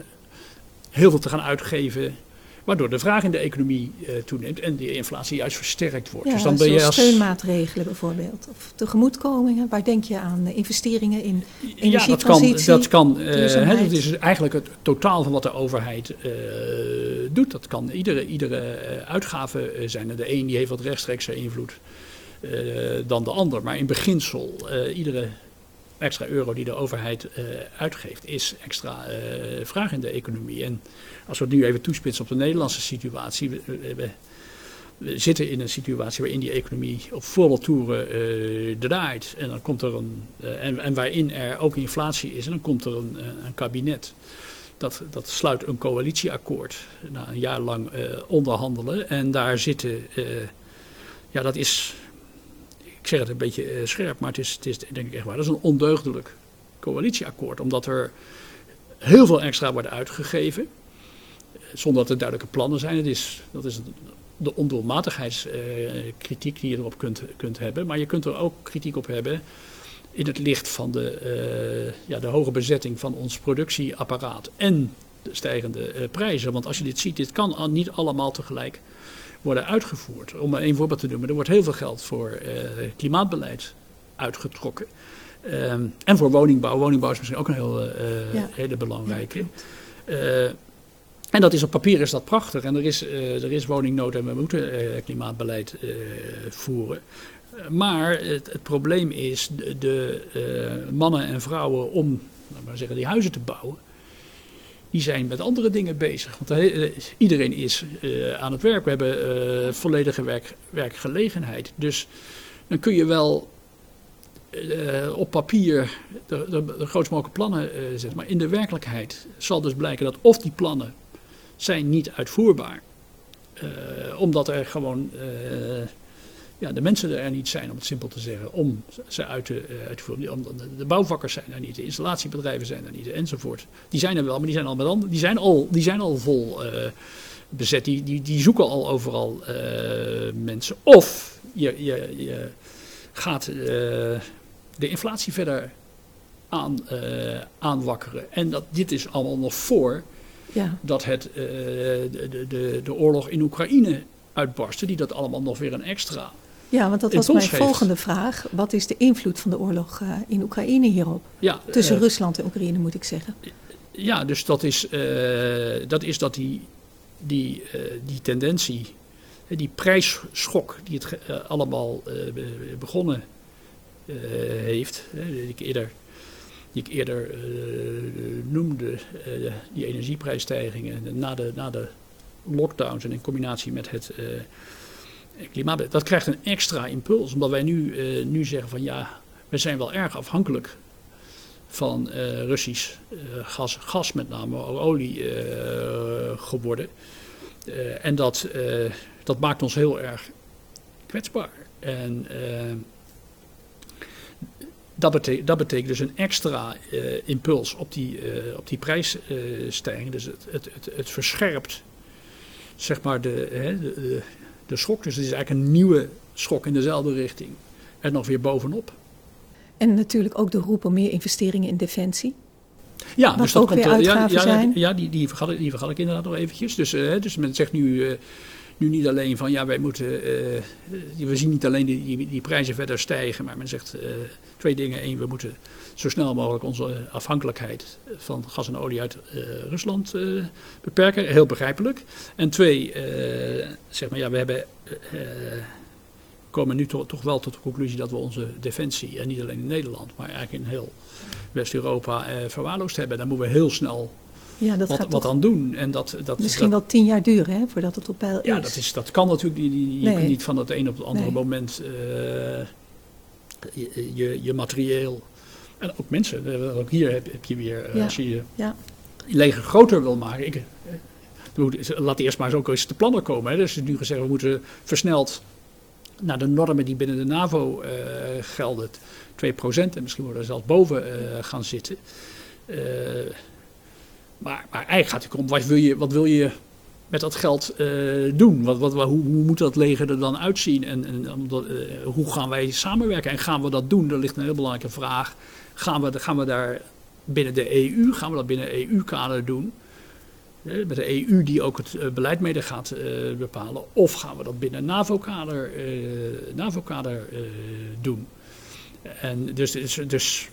heel veel te gaan uitgeven, waardoor de vraag in de economie uh, toeneemt en de inflatie juist versterkt wordt. Ja, dus dan ben je als steunmaatregelen bijvoorbeeld, of tegemoetkomingen. Waar denk je aan? Investeringen in Ja, energietransitie? dat kan. Dat, kan uh, hè, dat is eigenlijk het totaal van wat de overheid uh, doet. Dat kan iedere, iedere uitgave zijn. En de een die heeft wat rechtstreekse invloed uh, dan de ander. Maar in beginsel, uh, iedere extra euro die de overheid uh, uitgeeft, is extra uh, vraag in de economie. En als we het nu even toespitsen op de Nederlandse situatie, we, we, we zitten in een situatie waarin die economie op volle toeren uh, draait. En dan komt er een uh, en, en waarin er ook inflatie is, en dan komt er een, uh, een kabinet. Dat, dat sluit een coalitieakkoord na een jaar lang uh, onderhandelen. En daar zitten, uh, ja, dat is. Ik zeg het een beetje uh, scherp, maar het is, het is denk ik echt waar. Dat is een ondeugdelijk coalitieakkoord. Omdat er heel veel extra wordt uitgegeven. Zonder dat er duidelijke plannen zijn. Het is, dat is de ondoelmatigheidskritiek uh, die je erop kunt, kunt hebben. Maar je kunt er ook kritiek op hebben in het licht van de, uh, ja, de hoge bezetting van ons productieapparaat. En de stijgende uh, prijzen. Want als je dit ziet, dit kan niet allemaal tegelijk worden uitgevoerd. Om maar één voorbeeld te noemen, er wordt heel veel geld voor uh, klimaatbeleid uitgetrokken. Um, en voor woningbouw. Woningbouw is misschien ook een heel, uh, ja. hele belangrijke. Ja, uh, en dat is op papier is dat prachtig. En er is, uh, er is woningnood en we moeten uh, klimaatbeleid uh, voeren. Uh, maar het, het probleem is de, de uh, mannen en vrouwen om laten we maar zeggen, die huizen te bouwen. Die zijn met andere dingen bezig. Want uh, iedereen is uh, aan het werk. We hebben uh, volledige werk, werkgelegenheid. Dus dan kun je wel uh, op papier de, de, de grootst mogelijke plannen uh, zetten. Maar in de werkelijkheid zal dus blijken dat of die plannen zijn niet uitvoerbaar. Uh, omdat er gewoon uh, ja, de mensen er niet zijn, om het simpel te zeggen, om ze uit te, uh, uit te voeren. De bouwvakkers zijn er niet, de installatiebedrijven zijn er niet, enzovoort. Die zijn er wel, maar die zijn al, met andere, die zijn al, die zijn al vol uh, bezet. Die, die, die zoeken al overal uh, mensen. Of je, je, je gaat uh, de inflatie verder aan, uh, aanwakkeren. En dat, dit is allemaal nog voor ja. dat het, uh, de, de, de oorlog in Oekraïne uitbarstte, die dat allemaal nog weer een extra. Ja, want dat was mijn volgende vraag. Wat is de invloed van de oorlog uh, in Oekraïne hierop? Ja, Tussen uh, Rusland en Oekraïne, moet ik zeggen. Ja, dus dat is, uh, dat, is dat die, die, uh, die tendentie, die prijsschok die het uh, allemaal uh, begonnen uh, heeft, uh, die ik eerder, die ik eerder uh, noemde, uh, die energieprijsstijgingen na de, na de lockdowns en in combinatie met het uh, klimaat, dat krijgt een extra impuls. Omdat wij nu, uh, nu zeggen van ja, we zijn wel erg afhankelijk van uh, Russisch uh, gas, gas met name, olie uh, geworden. Uh, en dat, uh, dat maakt ons heel erg kwetsbaar. En uh, dat, betekent, dat betekent dus een extra uh, impuls op die, uh, op die prijsstijging. Uh, dus het, het, het, het verscherpt zeg maar de, hè, de, de, de schok. Dus het is eigenlijk een nieuwe schok in dezelfde richting. En nog weer bovenop. En natuurlijk ook de roep om meer investeringen in defensie. Ja, wat dus dat ook komt, weer uitgaven ja, zijn. Ja, die, die, vergat ik, die vergat ik inderdaad nog eventjes. Dus, uh, dus men zegt nu, uh, nu niet alleen van ja, wij moeten, uh, we zien niet alleen die, die, die prijzen verder stijgen, maar men zegt uh, twee dingen. Eén, we moeten zo snel mogelijk onze afhankelijkheid van gas en olie uit uh, Rusland uh, beperken. Heel begrijpelijk. En twee, uh, zeg maar ja, we hebben... Uh, komen nu to- toch wel tot de conclusie dat we onze defensie, en niet alleen in Nederland, maar eigenlijk in heel West-Europa eh, verwaarloosd hebben. Daar moeten we heel snel ja, dat wat, gaat wat aan doen. En dat, dat, misschien dat, wel tien jaar duren, hè, voordat het op peil is. Ja, dat, is, dat kan natuurlijk niet. Je nee. kunt niet van het een op het andere nee. moment uh, je, je, je materieel, en ook mensen, ook hier heb, heb je weer, ja. als je je ja. leger groter wil maken. Ik, uh, laat eerst maar eens ook eens de plannen komen. Hè. Dus er is nu gezegd, we moeten versneld naar de normen die binnen de NAVO uh, gelden, twee procent en misschien worden we er zelfs boven uh, gaan zitten. Uh, maar, maar eigenlijk gaat het om, wat wil je, wat wil je met dat geld uh, doen? Wat, wat, hoe, hoe moet dat leger er dan uitzien? En, en uh, hoe gaan wij samenwerken? En gaan we dat doen? Er ligt een heel belangrijke vraag. Gaan we, gaan we daar binnen de E U, gaan we dat binnen E U-kader doen? Met de E U die ook het beleid mede gaat uh, bepalen. Of gaan we dat binnen NAVO-kader, uh, NAVO-kader uh, doen. En dus, dus, dus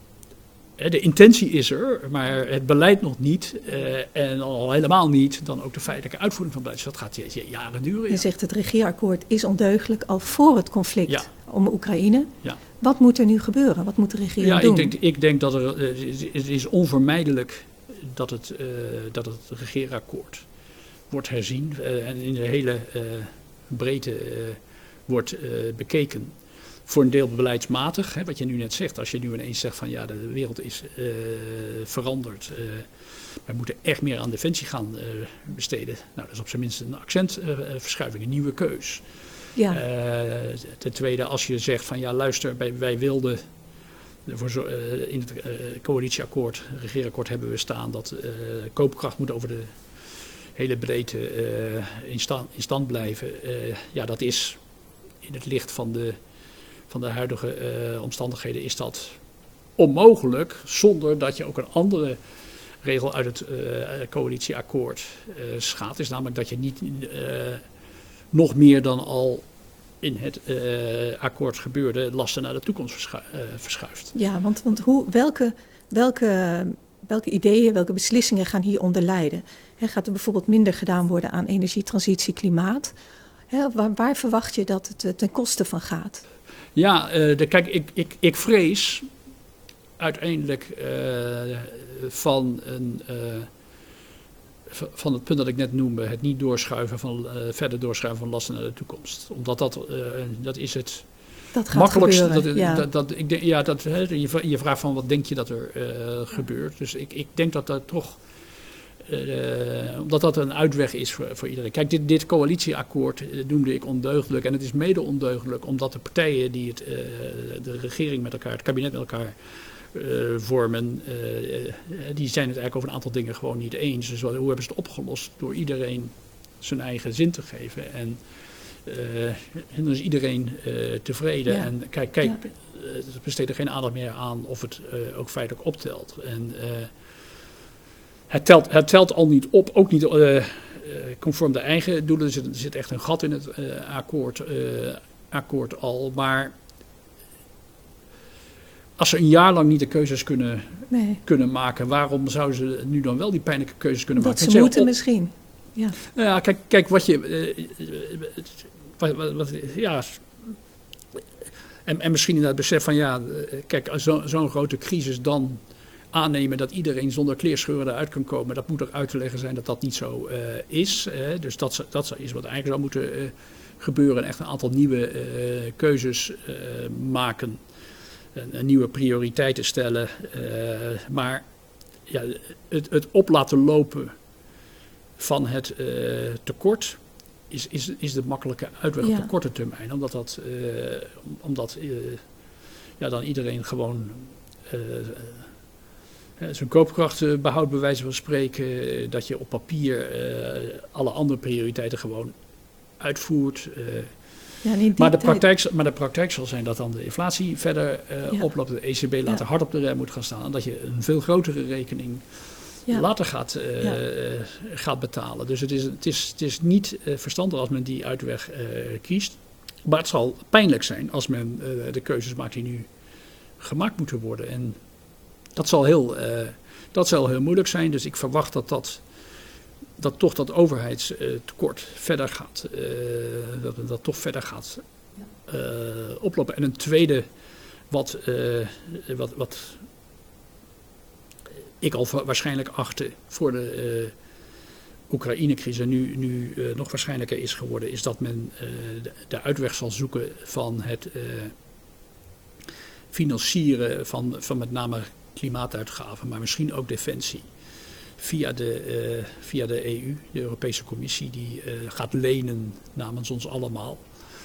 hè, de intentie is er, maar het beleid nog niet. Uh, en al helemaal niet dan ook de feitelijke uitvoering van het beleid. Dus dat gaat jaren duren. Ja. Je zegt het regeerakkoord is ondeugdelijk al voor het conflict ja. om Oekraïne. Ja. Wat moet er nu gebeuren? Wat moet de regering ja, doen? Ik denk, ik denk dat er, uh, het is onvermijdelijk dat het, uh, dat het regeerakkoord wordt herzien uh, en in de hele uh, breedte uh, wordt uh, bekeken. Voor een deel beleidsmatig, hè, wat je nu net zegt. Als je nu ineens zegt van ja, de wereld is uh, veranderd. Uh, wij moeten echt meer aan defensie gaan uh, besteden. Nou, dat is op zijn minst een accentverschuiving, uh, een nieuwe keus. Ja. Uh, ten tweede, als je zegt van ja, luister, wij, wij wilden... Voor zo, uh, in het uh, coalitieakkoord, regeerakkoord hebben we staan dat uh, koopkracht moet over de hele breedte uh, in, sta, in stand blijven. Uh, ja, dat is in het licht van de, van de huidige uh, omstandigheden is dat onmogelijk zonder dat je ook een andere regel uit het uh, coalitieakkoord uh, schaadt. Is namelijk dat je niet uh, nog meer dan al in het uh, akkoord gebeurde lasten naar de toekomst verschu- uh, verschuift. Ja, want, want hoe, welke, welke, welke ideeën, welke beslissingen gaan hieronder leiden? He, gaat er bijvoorbeeld minder gedaan worden aan energietransitie, klimaat? He, waar, waar verwacht je dat het ten koste van gaat? Ja, uh, de, kijk, ik, ik, ik vrees uiteindelijk uh, van een... Uh, van het punt dat ik net noemde, het niet doorschuiven van, uh, verder doorschuiven van lasten naar de toekomst. Omdat dat, uh, dat is het, dat gaat makkelijkste, gebeuren. Dat, ja. dat, dat, ik denk, ja, dat, hè, je, je vraagt van wat denk je dat er uh, gebeurt. Dus ik, ik denk dat dat toch, uh, omdat dat een uitweg is voor, voor iedereen. Kijk, dit, dit coalitieakkoord uh, noemde ik ondeugdelijk. En het is mede ondeugdelijk omdat de partijen die het, uh, de regering met elkaar, het kabinet met elkaar uh, vormen, uh, die zijn het eigenlijk over een aantal dingen gewoon niet eens. Dus hoe hebben ze het opgelost? Door iedereen zijn eigen zin te geven. En Uh, en dan is iedereen uh, tevreden. Ja. En kijk, kijk ja. uh, besteed er geen aandacht meer aan of het uh, ook feitelijk optelt. En uh, het, telt, het telt al niet op, ook niet uh, uh, conform de eigen doelen. Er zit, er zit echt een gat in het uh, akkoord, uh, akkoord al. Maar als ze een jaar lang niet de keuzes kunnen, nee. kunnen maken, waarom zouden ze nu dan wel die pijnlijke keuzes kunnen dat maken? Dat ze moeten op... misschien. Ja. Nou ja, kijk, kijk wat je. Uh, wat, wat, wat, ja. En, en misschien inderdaad besef van ja, kijk, als zo, zo'n grote crisis dan aannemen dat iedereen zonder kleerscheuren eruit kan komen, dat moet er uit te leggen zijn dat dat niet zo uh, is. Uh, dus dat, dat is wat eigenlijk zou moeten uh, gebeuren. En echt een aantal nieuwe uh, keuzes uh, maken. En, en nieuwe prioriteiten stellen. Uh, maar ja, het, het op laten lopen van het uh, tekort is, is, is de makkelijke uitweg ja. op de korte termijn. Omdat, dat, uh, omdat uh, ja, dan iedereen gewoon uh, uh, zijn koopkracht behoudt, bij wijze van spreken. Uh, dat je op papier uh, alle andere prioriteiten gewoon uitvoert. Uh, ja, maar, de praktijk, maar de praktijk zal zijn dat dan de inflatie verder uh, ja. oploopt. De E C B later ja. hard op de rem moet gaan staan. En dat je een veel grotere rekening Ja. later gaat, uh, ja. gaat betalen. Dus het is, het is, het is niet uh, verstandig als men die uitweg uh, kiest. Maar het zal pijnlijk zijn als men uh, de keuzes maakt die nu gemaakt moeten worden. En dat zal heel, uh, dat zal heel moeilijk zijn. Dus ik verwacht dat, dat, dat toch dat overheidstekort verder gaat. Uh, dat dat toch verder gaat uh, oplopen. En een tweede wat... Uh, wat, wat ik al waarschijnlijk achtte voor de uh, Oekraïne-crisis en nu, nu uh, nog waarschijnlijker is geworden, is dat men uh, de, de uitweg zal zoeken van het uh, financieren van, van met name klimaatuitgaven, maar misschien ook defensie. Via de, uh, via de E U, de Europese Commissie, die uh, gaat lenen namens ons allemaal.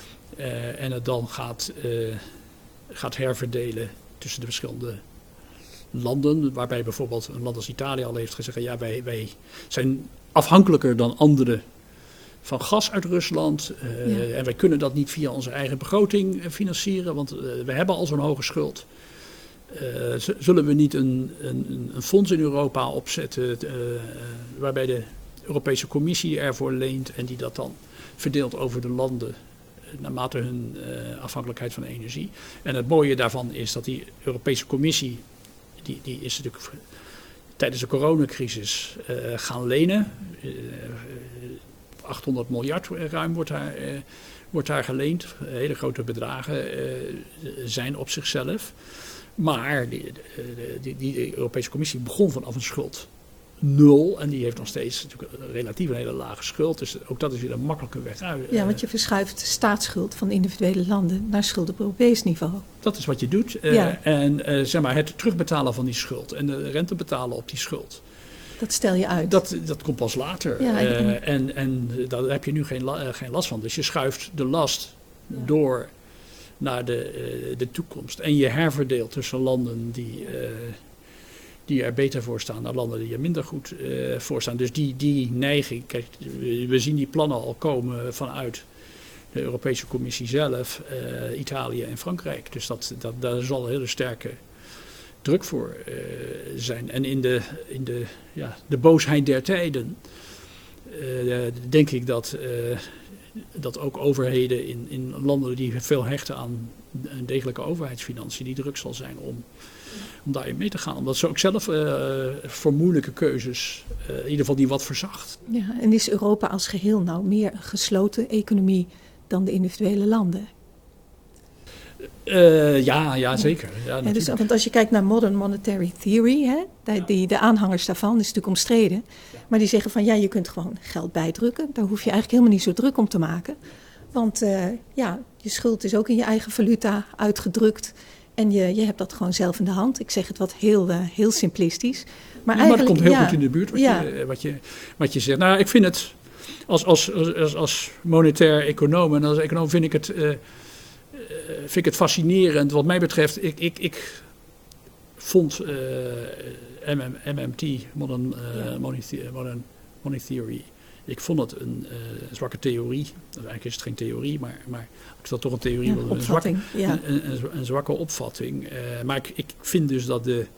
Uh, en het dan gaat, uh, gaat herverdelen tussen de verschillende landen, waarbij bijvoorbeeld een land als Italië al heeft gezegd, ja, wij, wij zijn afhankelijker dan anderen van gas uit Rusland. Uh, ja. En wij kunnen dat niet via onze eigen begroting financieren, want uh, we hebben al zo'n hoge schuld. Uh, z- zullen we niet een, een, een fonds in Europa opzetten uh, waarbij de Europese Commissie ervoor leent en die dat dan verdeelt over de landen naarmate hun uh, afhankelijkheid van energie. En het mooie daarvan is dat die Europese Commissie Die, die is natuurlijk tijdens de coronacrisis uh, gaan lenen. Uh, achthonderd miljard ruim wordt daar, uh, wordt daar geleend. Hele grote bedragen uh, zijn op zichzelf. Maar die, die, die Europese Commissie begon vanaf een schuld nul. En die heeft nog steeds natuurlijk relatief een hele lage schuld. Dus ook dat is weer een makkelijke weg uit. Ja, want je verschuift de staatsschuld van individuele landen naar schuld op Europees niveau. Dat is wat je doet. Ja. Uh, en uh, zeg maar het terugbetalen van die schuld en de rente betalen op die schuld. Dat stel je uit. Dat, dat komt pas later. Ja, uh, en, en daar heb je nu geen, la, uh, geen last van. Dus je schuift de last ja. door naar de, uh, de toekomst. En je herverdeelt tussen landen die... Uh, die er beter voor staan dan landen die er minder goed uh, voor staan. Dus die, die neiging, kijk, we zien die plannen al komen vanuit de Europese Commissie zelf, uh, Italië en Frankrijk. Dus dat, dat, daar zal een hele sterke druk voor uh, zijn. En in de, in de, ja, de boosheid der tijden uh, denk ik dat, uh, dat ook overheden in, in landen die veel hechten aan een degelijke overheidsfinanciën, die druk zal zijn om om daarin mee te gaan. Omdat ze ook zelf uh, voor moeilijke keuzes, uh, in ieder geval die wat verzacht. Ja, en is Europa als geheel nou meer een gesloten economie dan de individuele landen? Uh, ja, ja, zeker. Ja, ja, dus, want als je kijkt naar modern monetary theory, hè, de, die, de aanhangers daarvan, is natuurlijk omstreden. Maar die zeggen van ja, je kunt gewoon geld bijdrukken. Daar hoef je eigenlijk helemaal niet zo druk om te maken. Want uh, ja, je schuld is ook in je eigen valuta uitgedrukt. En je, je hebt dat gewoon zelf in de hand. Ik zeg het wat heel, uh, heel simplistisch. Maar, ja, maar het komt heel ja, goed in de buurt wat, ja. je, wat, je, wat je zegt. Nou, ik vind het als, als, als, als monetair econoom en als econoom vind ik het, uh, vind ik het fascinerend. Wat mij betreft, ik, ik, ik vond uh, M M T, Modern, uh, ja. Money, Modern Money Theory, ik vond het een uh, zwakke theorie. Eigenlijk is het geen theorie, maar, maar ik zal toch een theorie, ja, een, zwakke, ja. een, een, een zwakke opvatting. Uh, maar ik, ik vind dus dat de,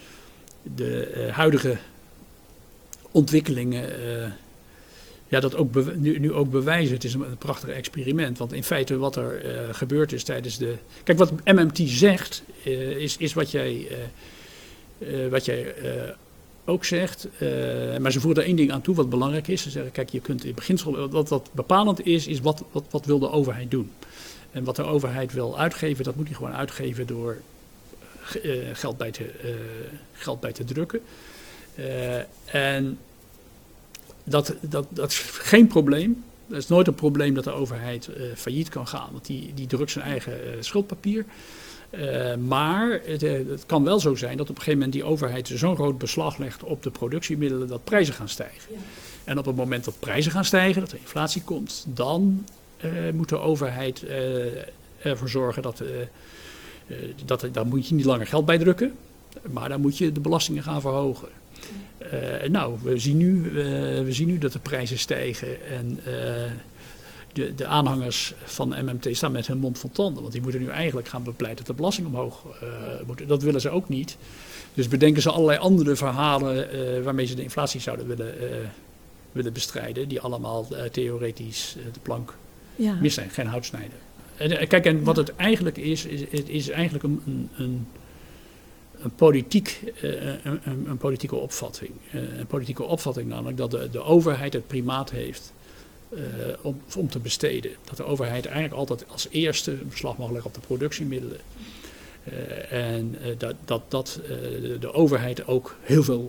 de uh, huidige ontwikkelingen uh, ja, dat ook bew- nu, nu ook bewijzen. Het is een, een prachtig experiment. Want in feite wat er uh, gebeurd is tijdens de... Kijk, wat M M T zegt, uh, is, is wat jij, uh, uh, wat jij uh, ook zegt. Uh, maar ze voeren er één ding aan toe wat belangrijk is. Ze zeggen, kijk, je kunt in beginsel... Wat, wat bepalend is, is wat, wat, wat wil de overheid doen? En wat de overheid wil uitgeven, dat moet hij gewoon uitgeven door uh, geld, bij te, uh, geld bij te drukken. Uh, en... Dat, dat, dat is geen probleem. Dat is nooit een probleem dat de overheid uh, failliet kan gaan. Want die, die drukt zijn eigen uh, schuldpapier. Uh, maar het, uh, het kan wel zo zijn dat op een gegeven moment die overheid zo'n groot beslag legt op de productiemiddelen dat prijzen gaan stijgen. Ja. En op het moment dat prijzen gaan stijgen, dat er inflatie komt, dan uh, moet de overheid uh, ervoor zorgen dat, uh, uh, dat... Dan moet je niet langer geld bijdrukken, maar dan moet je de belastingen gaan verhogen. Uh, nou, we zien, nu, uh, we zien nu dat de prijzen stijgen en uh, de, de aanhangers van M M T staan met hun mond vol tanden. Want die moeten nu eigenlijk gaan bepleiten dat de belasting omhoog uh, moet. Dat willen ze ook niet. Dus bedenken ze allerlei andere verhalen uh, waarmee ze de inflatie zouden willen, uh, willen bestrijden. Die allemaal uh, theoretisch uh, de plank ja. mis zijn, geen hout snijden. En, uh, kijk, en wat het eigenlijk is, is, het is eigenlijk een... een, een Een, politiek, uh, een, een politieke opvatting. Uh, een politieke opvatting namelijk dat de, de overheid het primaat heeft uh, om, om te besteden. Dat de overheid eigenlijk altijd als eerste beslag mag leggen op de productiemiddelen. Uh, en uh, dat, dat, dat uh, de, de overheid ook heel veel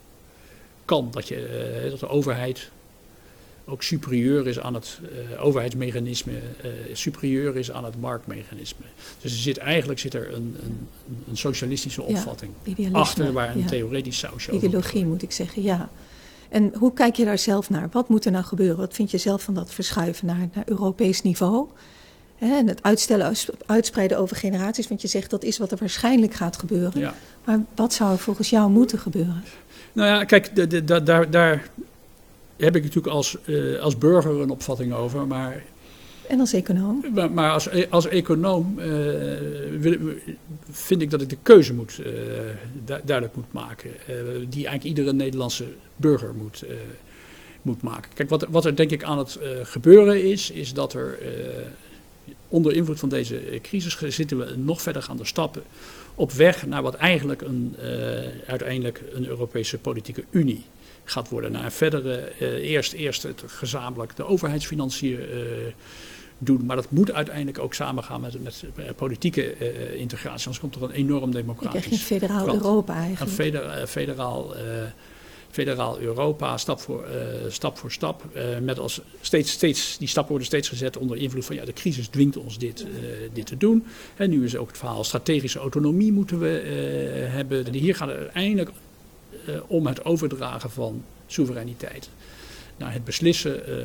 kan. Dat, je, uh, dat de overheid ook superieur is aan het uh, overheidsmechanisme, uh, superieur is aan het marktmechanisme. Dus er zit, eigenlijk zit er een, een, een socialistische opvatting ja, achter waar een ja. theoretisch sausje over Ideologie moet ik zeggen, ja. En hoe kijk je daar zelf naar? Wat moet er nou gebeuren? Wat vind je zelf van dat verschuiven naar, naar Europees niveau? Hè, en het uitstellen, uitspreiden over generaties, want je zegt dat is wat er waarschijnlijk gaat gebeuren. Ja. Maar wat zou er volgens jou moeten gebeuren? Nou ja, kijk, de, de, de, daar... daar heb ik natuurlijk als, uh, als burger een opvatting over, maar... En als econoom? Maar, maar als, als econoom uh, wil, vind ik dat ik de keuze moet, uh, du- duidelijk moet maken. Uh, die eigenlijk iedere Nederlandse burger moet, uh, moet maken. Kijk, wat, wat er denk ik aan het uh, gebeuren is, is dat er uh, onder invloed van deze crisis zitten we nog verder gaan de stappen op weg naar wat eigenlijk een, uh, uiteindelijk een Europese politieke unie gaat worden. Naar een verdere, uh, eerst, eerst het gezamenlijk de overheidsfinanciën uh, doen. Maar dat moet uiteindelijk ook samengaan met, met uh, politieke uh, integratie. Anders komt er een enorm democratisch... Je krijgt een federaal brand. Europa eigenlijk. Een federa- federaal, uh, federaal Europa, stap voor, uh, stap, voor stap. Uh, met als steeds, steeds, die stappen worden steeds gezet onder invloed van... ja, de crisis dwingt ons dit, uh, dit te doen. En nu is ook het verhaal strategische autonomie moeten we uh, hebben. En hier gaat het uiteindelijk... Uh, om het overdragen van soevereiniteit. Nou, het beslissen uh,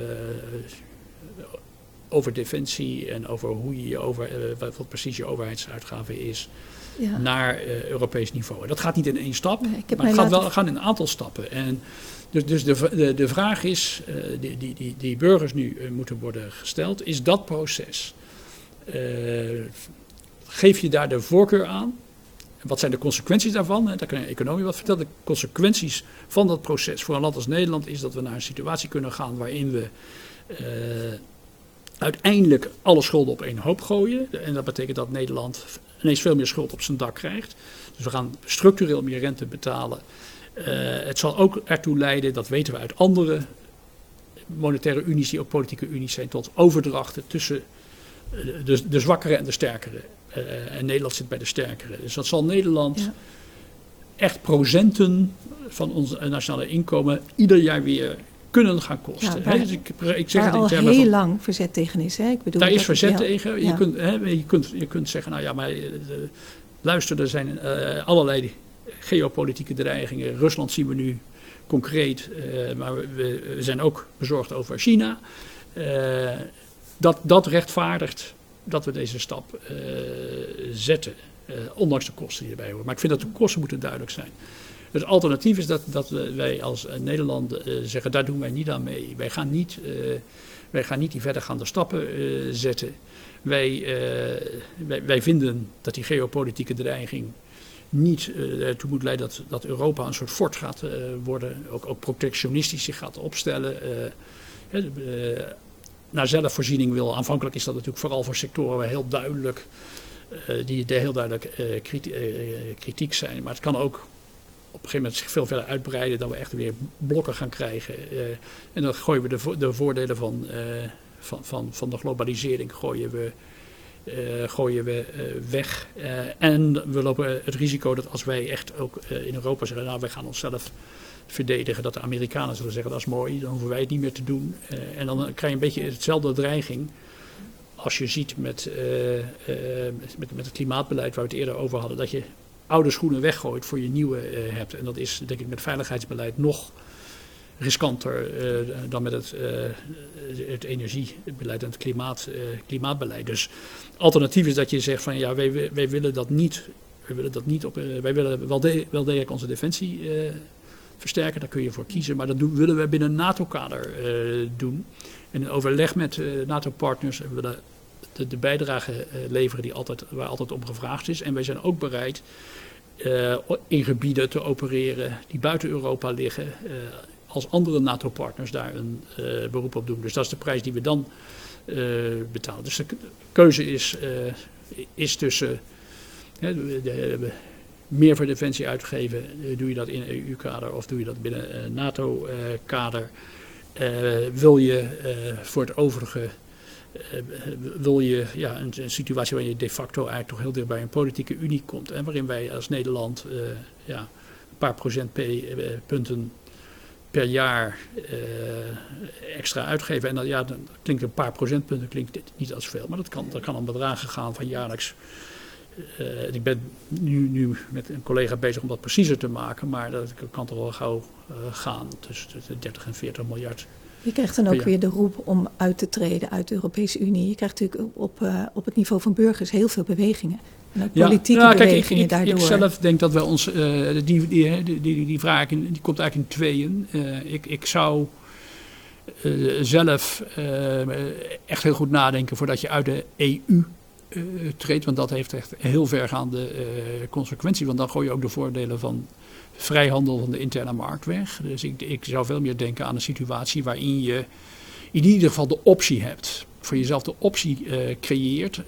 over defensie en over hoe je over, uh, wat precies je overheidsuitgave is, ja. naar uh, Europees niveau. En dat gaat niet in één stap, nee, maar het gaat wel gaan in een aantal stappen. En dus, dus de, de, de vraag is, uh, die, die, die, die burgers nu uh, moeten worden gesteld, is dat proces. Uh, geef je daar de voorkeur aan? Wat zijn de consequenties daarvan? Daar kan je economie wat vertellen. De consequenties van dat proces voor een land als Nederland is dat we naar een situatie kunnen gaan waarin we uh, uiteindelijk alle schulden op één hoop gooien. En dat betekent dat Nederland ineens veel meer schuld op zijn dak krijgt. Dus we gaan structureel meer rente betalen. Uh, het zal ook ertoe leiden, dat weten we uit andere monetaire unies die ook politieke unies zijn, tot overdrachten tussen de, de zwakkere en de sterkere. Uh, en Nederland zit bij de sterkere. Dus dat zal Nederland ja. echt procenten van ons nationale inkomen ieder jaar weer kunnen gaan kosten. Ja, waar, hè? Dus ik, ik zeg waar het al in heel van, lang verzet tegen is. Hè? Ik bedoel, daar is dat, verzet ja, tegen. Je, ja. kunt, hè, je, kunt, je kunt zeggen, nou ja, maar uh, luister, er zijn uh, allerlei geopolitieke dreigingen. Rusland zien we nu concreet, uh, maar we, we zijn ook bezorgd over China. Uh, dat, dat rechtvaardigt dat we deze stap uh, zetten, uh, ondanks de kosten die erbij horen. Maar ik vind dat de kosten moeten duidelijk zijn. Het alternatief is dat, dat wij als Nederland uh, zeggen, daar doen wij niet aan mee. Wij gaan niet, uh, wij gaan niet die verdergaande stappen uh, zetten. Wij, uh, wij, wij vinden dat die geopolitieke dreiging niet uh, ertoe moet leiden dat, dat Europa een soort fort gaat uh, worden. Ook, ook protectionistisch zich gaat opstellen. Uh, uh, naar zelfvoorziening wil. Aanvankelijk is dat natuurlijk vooral voor sectoren waar heel duidelijk, uh, die heel duidelijk uh, kritiek, uh, kritiek zijn. Maar het kan ook op een gegeven moment zich veel verder uitbreiden, dat we echt weer blokken gaan krijgen. Uh, en dan gooien we de, vo- de voordelen van, uh, van, van, van de globalisering gooien we, uh, gooien we uh, weg. Uh, en we lopen het risico dat als wij echt ook uh, in Europa zeggen, nou wij gaan onszelf verdedigen, dat de Amerikanen zullen zeggen, dat is mooi, dan hoeven wij het niet meer te doen. Uh, en dan krijg je een beetje hetzelfde dreiging als je ziet met, uh, uh, met, met het klimaatbeleid waar we het eerder over hadden, dat je oude schoenen weggooit voor je nieuwe uh, hebt. En dat is denk ik met veiligheidsbeleid nog riskanter uh, dan met het, uh, het energiebeleid en het klimaat, uh, klimaatbeleid. Dus alternatief is dat je zegt van ja, wij, wij willen dat niet, wij willen dat niet op, uh, wij willen wel, de, wel degelijk onze defensie uh, versterken, daar kun je voor kiezen, maar dat doen, willen we binnen een NATO-kader uh, doen. En in overleg met uh, NATO-partners we willen de, de bijdrage uh, leveren die altijd, waar altijd om gevraagd is. En wij zijn ook bereid uh, in gebieden te opereren die buiten Europa liggen, uh, als andere NATO-partners daar een uh, beroep op doen. Dus dat is de prijs die we dan uh, betalen. Dus de keuze is, uh, is tussen uh, de, de, de, meer voor defensie uitgeven, uh, doe je dat in E U-kader of doe je dat binnen uh, NATO-kader. Uh, wil je uh, voor het overige, uh, wil je ja, een, een situatie waarin je de facto eigenlijk toch heel dicht bij een politieke unie komt. En waarin wij als Nederland uh, ja, een paar procentpunten per jaar uh, extra uitgeven. En dat, ja, dan klinkt een paar procentpunten klinkt niet als veel, maar dat kan, dat kan om bedragen gaan van jaarlijks. Uh, ik ben nu, nu met een collega bezig om dat preciezer te maken, maar dat kan toch wel gauw uh, gaan tussen dertig en veertig miljard. Je krijgt dan ook weer de roep om uit te treden uit de Europese Unie. Je krijgt natuurlijk op, uh, op het niveau van burgers heel veel bewegingen. En ook politieke ja, ja, kijk, bewegingen ik, ik, daardoor. Ik zelf denk dat we ons, uh, die, die, die, die, die vraag die komt eigenlijk in tweeën. Uh, ik, ik zou uh, zelf uh, echt heel goed nadenken voordat je uit de E U Uh, treedt, want dat heeft echt heel vergaande uh, consequenties. Want dan gooi je ook de voordelen van vrijhandel van de interne markt weg. Dus ik, ik zou veel meer denken aan een situatie waarin je in ieder geval de optie hebt. Voor jezelf de optie uh, creëert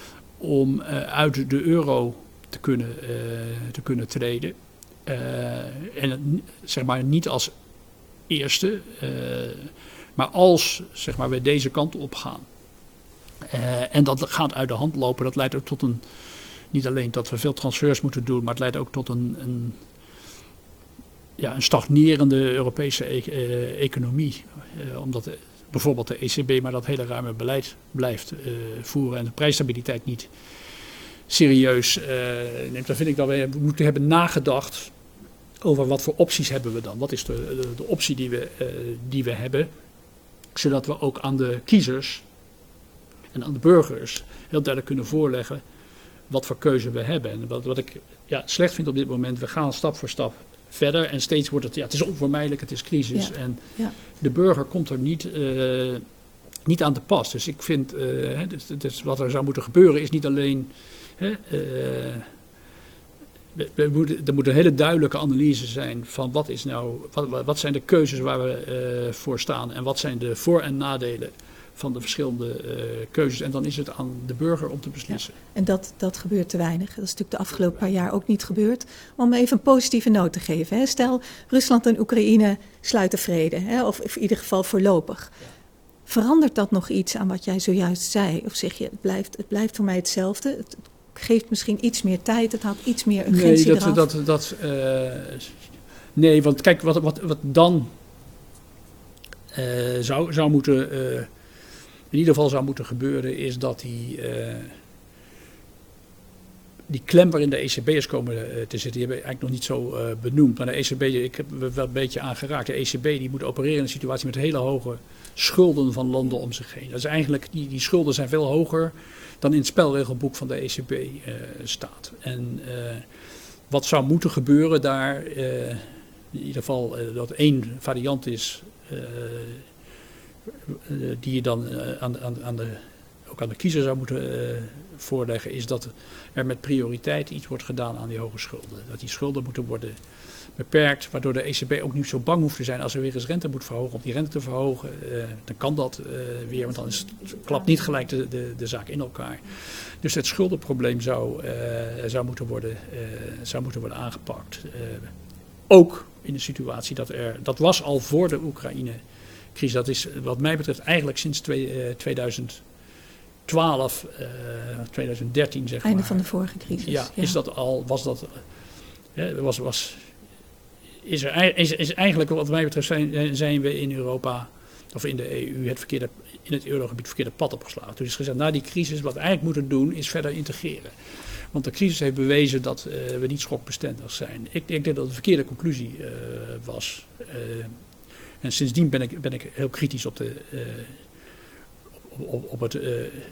om uh, uit de euro te kunnen, uh, te kunnen treden. Uh, en zeg maar niet als eerste, uh, maar als zeg maar, we deze kant op gaan. Uh, en dat gaat uit de hand lopen. Dat leidt ook tot een, niet alleen dat we veel transfers moeten doen, maar het leidt ook tot een, een, ja, een stagnerende Europese e- uh, economie. Uh, omdat de, bijvoorbeeld de E C B maar dat hele ruime beleid blijft uh, voeren en de prijsstabiliteit niet serieus uh, neemt. Dan vind ik dat we moeten hebben nagedacht over wat voor opties hebben we dan. Wat is de, de, de optie die we, uh, die we hebben, zodat we ook aan de kiezers en aan de burgers heel duidelijk kunnen voorleggen wat voor keuze we hebben. En wat, wat ik ja, slecht vind op dit moment, we gaan stap voor stap verder en steeds wordt het, ja, het is onvermijdelijk, het is crisis. Ja, en ja. De burger komt er niet, uh, niet aan te pas. Dus ik vind, uh, hè, dus, dus wat er zou moeten gebeuren is niet alleen, hè, uh, we, we moeten, er moet een hele duidelijke analyse zijn van wat, is nou, wat, wat zijn de keuzes waar we uh, voor staan en wat zijn de voor- en nadelen van de verschillende uh, keuzes. En dan is het aan de burger om te beslissen. Ja, en dat, dat gebeurt te weinig. Dat is natuurlijk de afgelopen paar jaar ook niet gebeurd. Om even een positieve noot te geven. Hè. Stel, Rusland en Oekraïne sluiten vrede. Hè, of, of in ieder geval voorlopig. Ja. Verandert dat nog iets aan wat jij zojuist zei? Of zeg je, het blijft, het blijft voor mij hetzelfde? Het geeft misschien iets meer tijd. Het haalt iets meer urgentie nee, dat, eraf. Dat, dat, uh, nee, want kijk, wat, wat, wat dan uh, zou, zou moeten, uh, in ieder geval zou moeten gebeuren, is dat die, uh, die klem waarin de E C B'ers komen uh, te zitten, die hebben we eigenlijk nog niet zo uh, benoemd. Maar de E C B, ik heb er wel een beetje aangeraakt. De E C B die moet opereren in een situatie met hele hoge schulden van landen om zich heen. Dat is eigenlijk, die, die schulden zijn veel hoger dan in het spelregelboek van de E C B uh, staat. En uh, wat zou moeten gebeuren daar, uh, in ieder geval uh, dat één variant is uh, uh, die je dan uh, aan, aan, aan de, ook aan de kiezer zou moeten uh, voorleggen, is dat er met prioriteit iets wordt gedaan aan die hoge schulden. Dat die schulden moeten worden beperkt, waardoor de E C B ook niet zo bang hoeft te zijn als er weer eens rente moet verhogen, om die rente te verhogen. Uh, dan kan dat uh, weer, want dan is het, klapt niet gelijk de, de, de zaak in elkaar. Dus het schuldenprobleem zou, uh, zou, moeten, worden, uh, zou moeten worden aangepakt. Uh, ook in de situatie dat er, dat was al voor de Oekraïne-crisis, dat is wat mij betreft eigenlijk sinds twee, uh, tweeduizend twaalf, uh, tweeduizend dertien zeg maar. Einde van de vorige crisis. Ja, ja. is dat al, was dat, uh, was, was, is, er, is, is eigenlijk wat mij betreft zijn, zijn we in Europa, of in de E U, het verkeerde, in het eurogebied verkeerde pad opgeslagen. Toen is gezegd, na die crisis, wat we eigenlijk moeten doen, is verder integreren. Want de crisis heeft bewezen dat uh, we niet schokbestendig zijn. Ik, ik denk dat het een verkeerde conclusie uh, was. Uh, en sindsdien ben ik, ben ik heel kritisch op, de, uh, op, op het uh,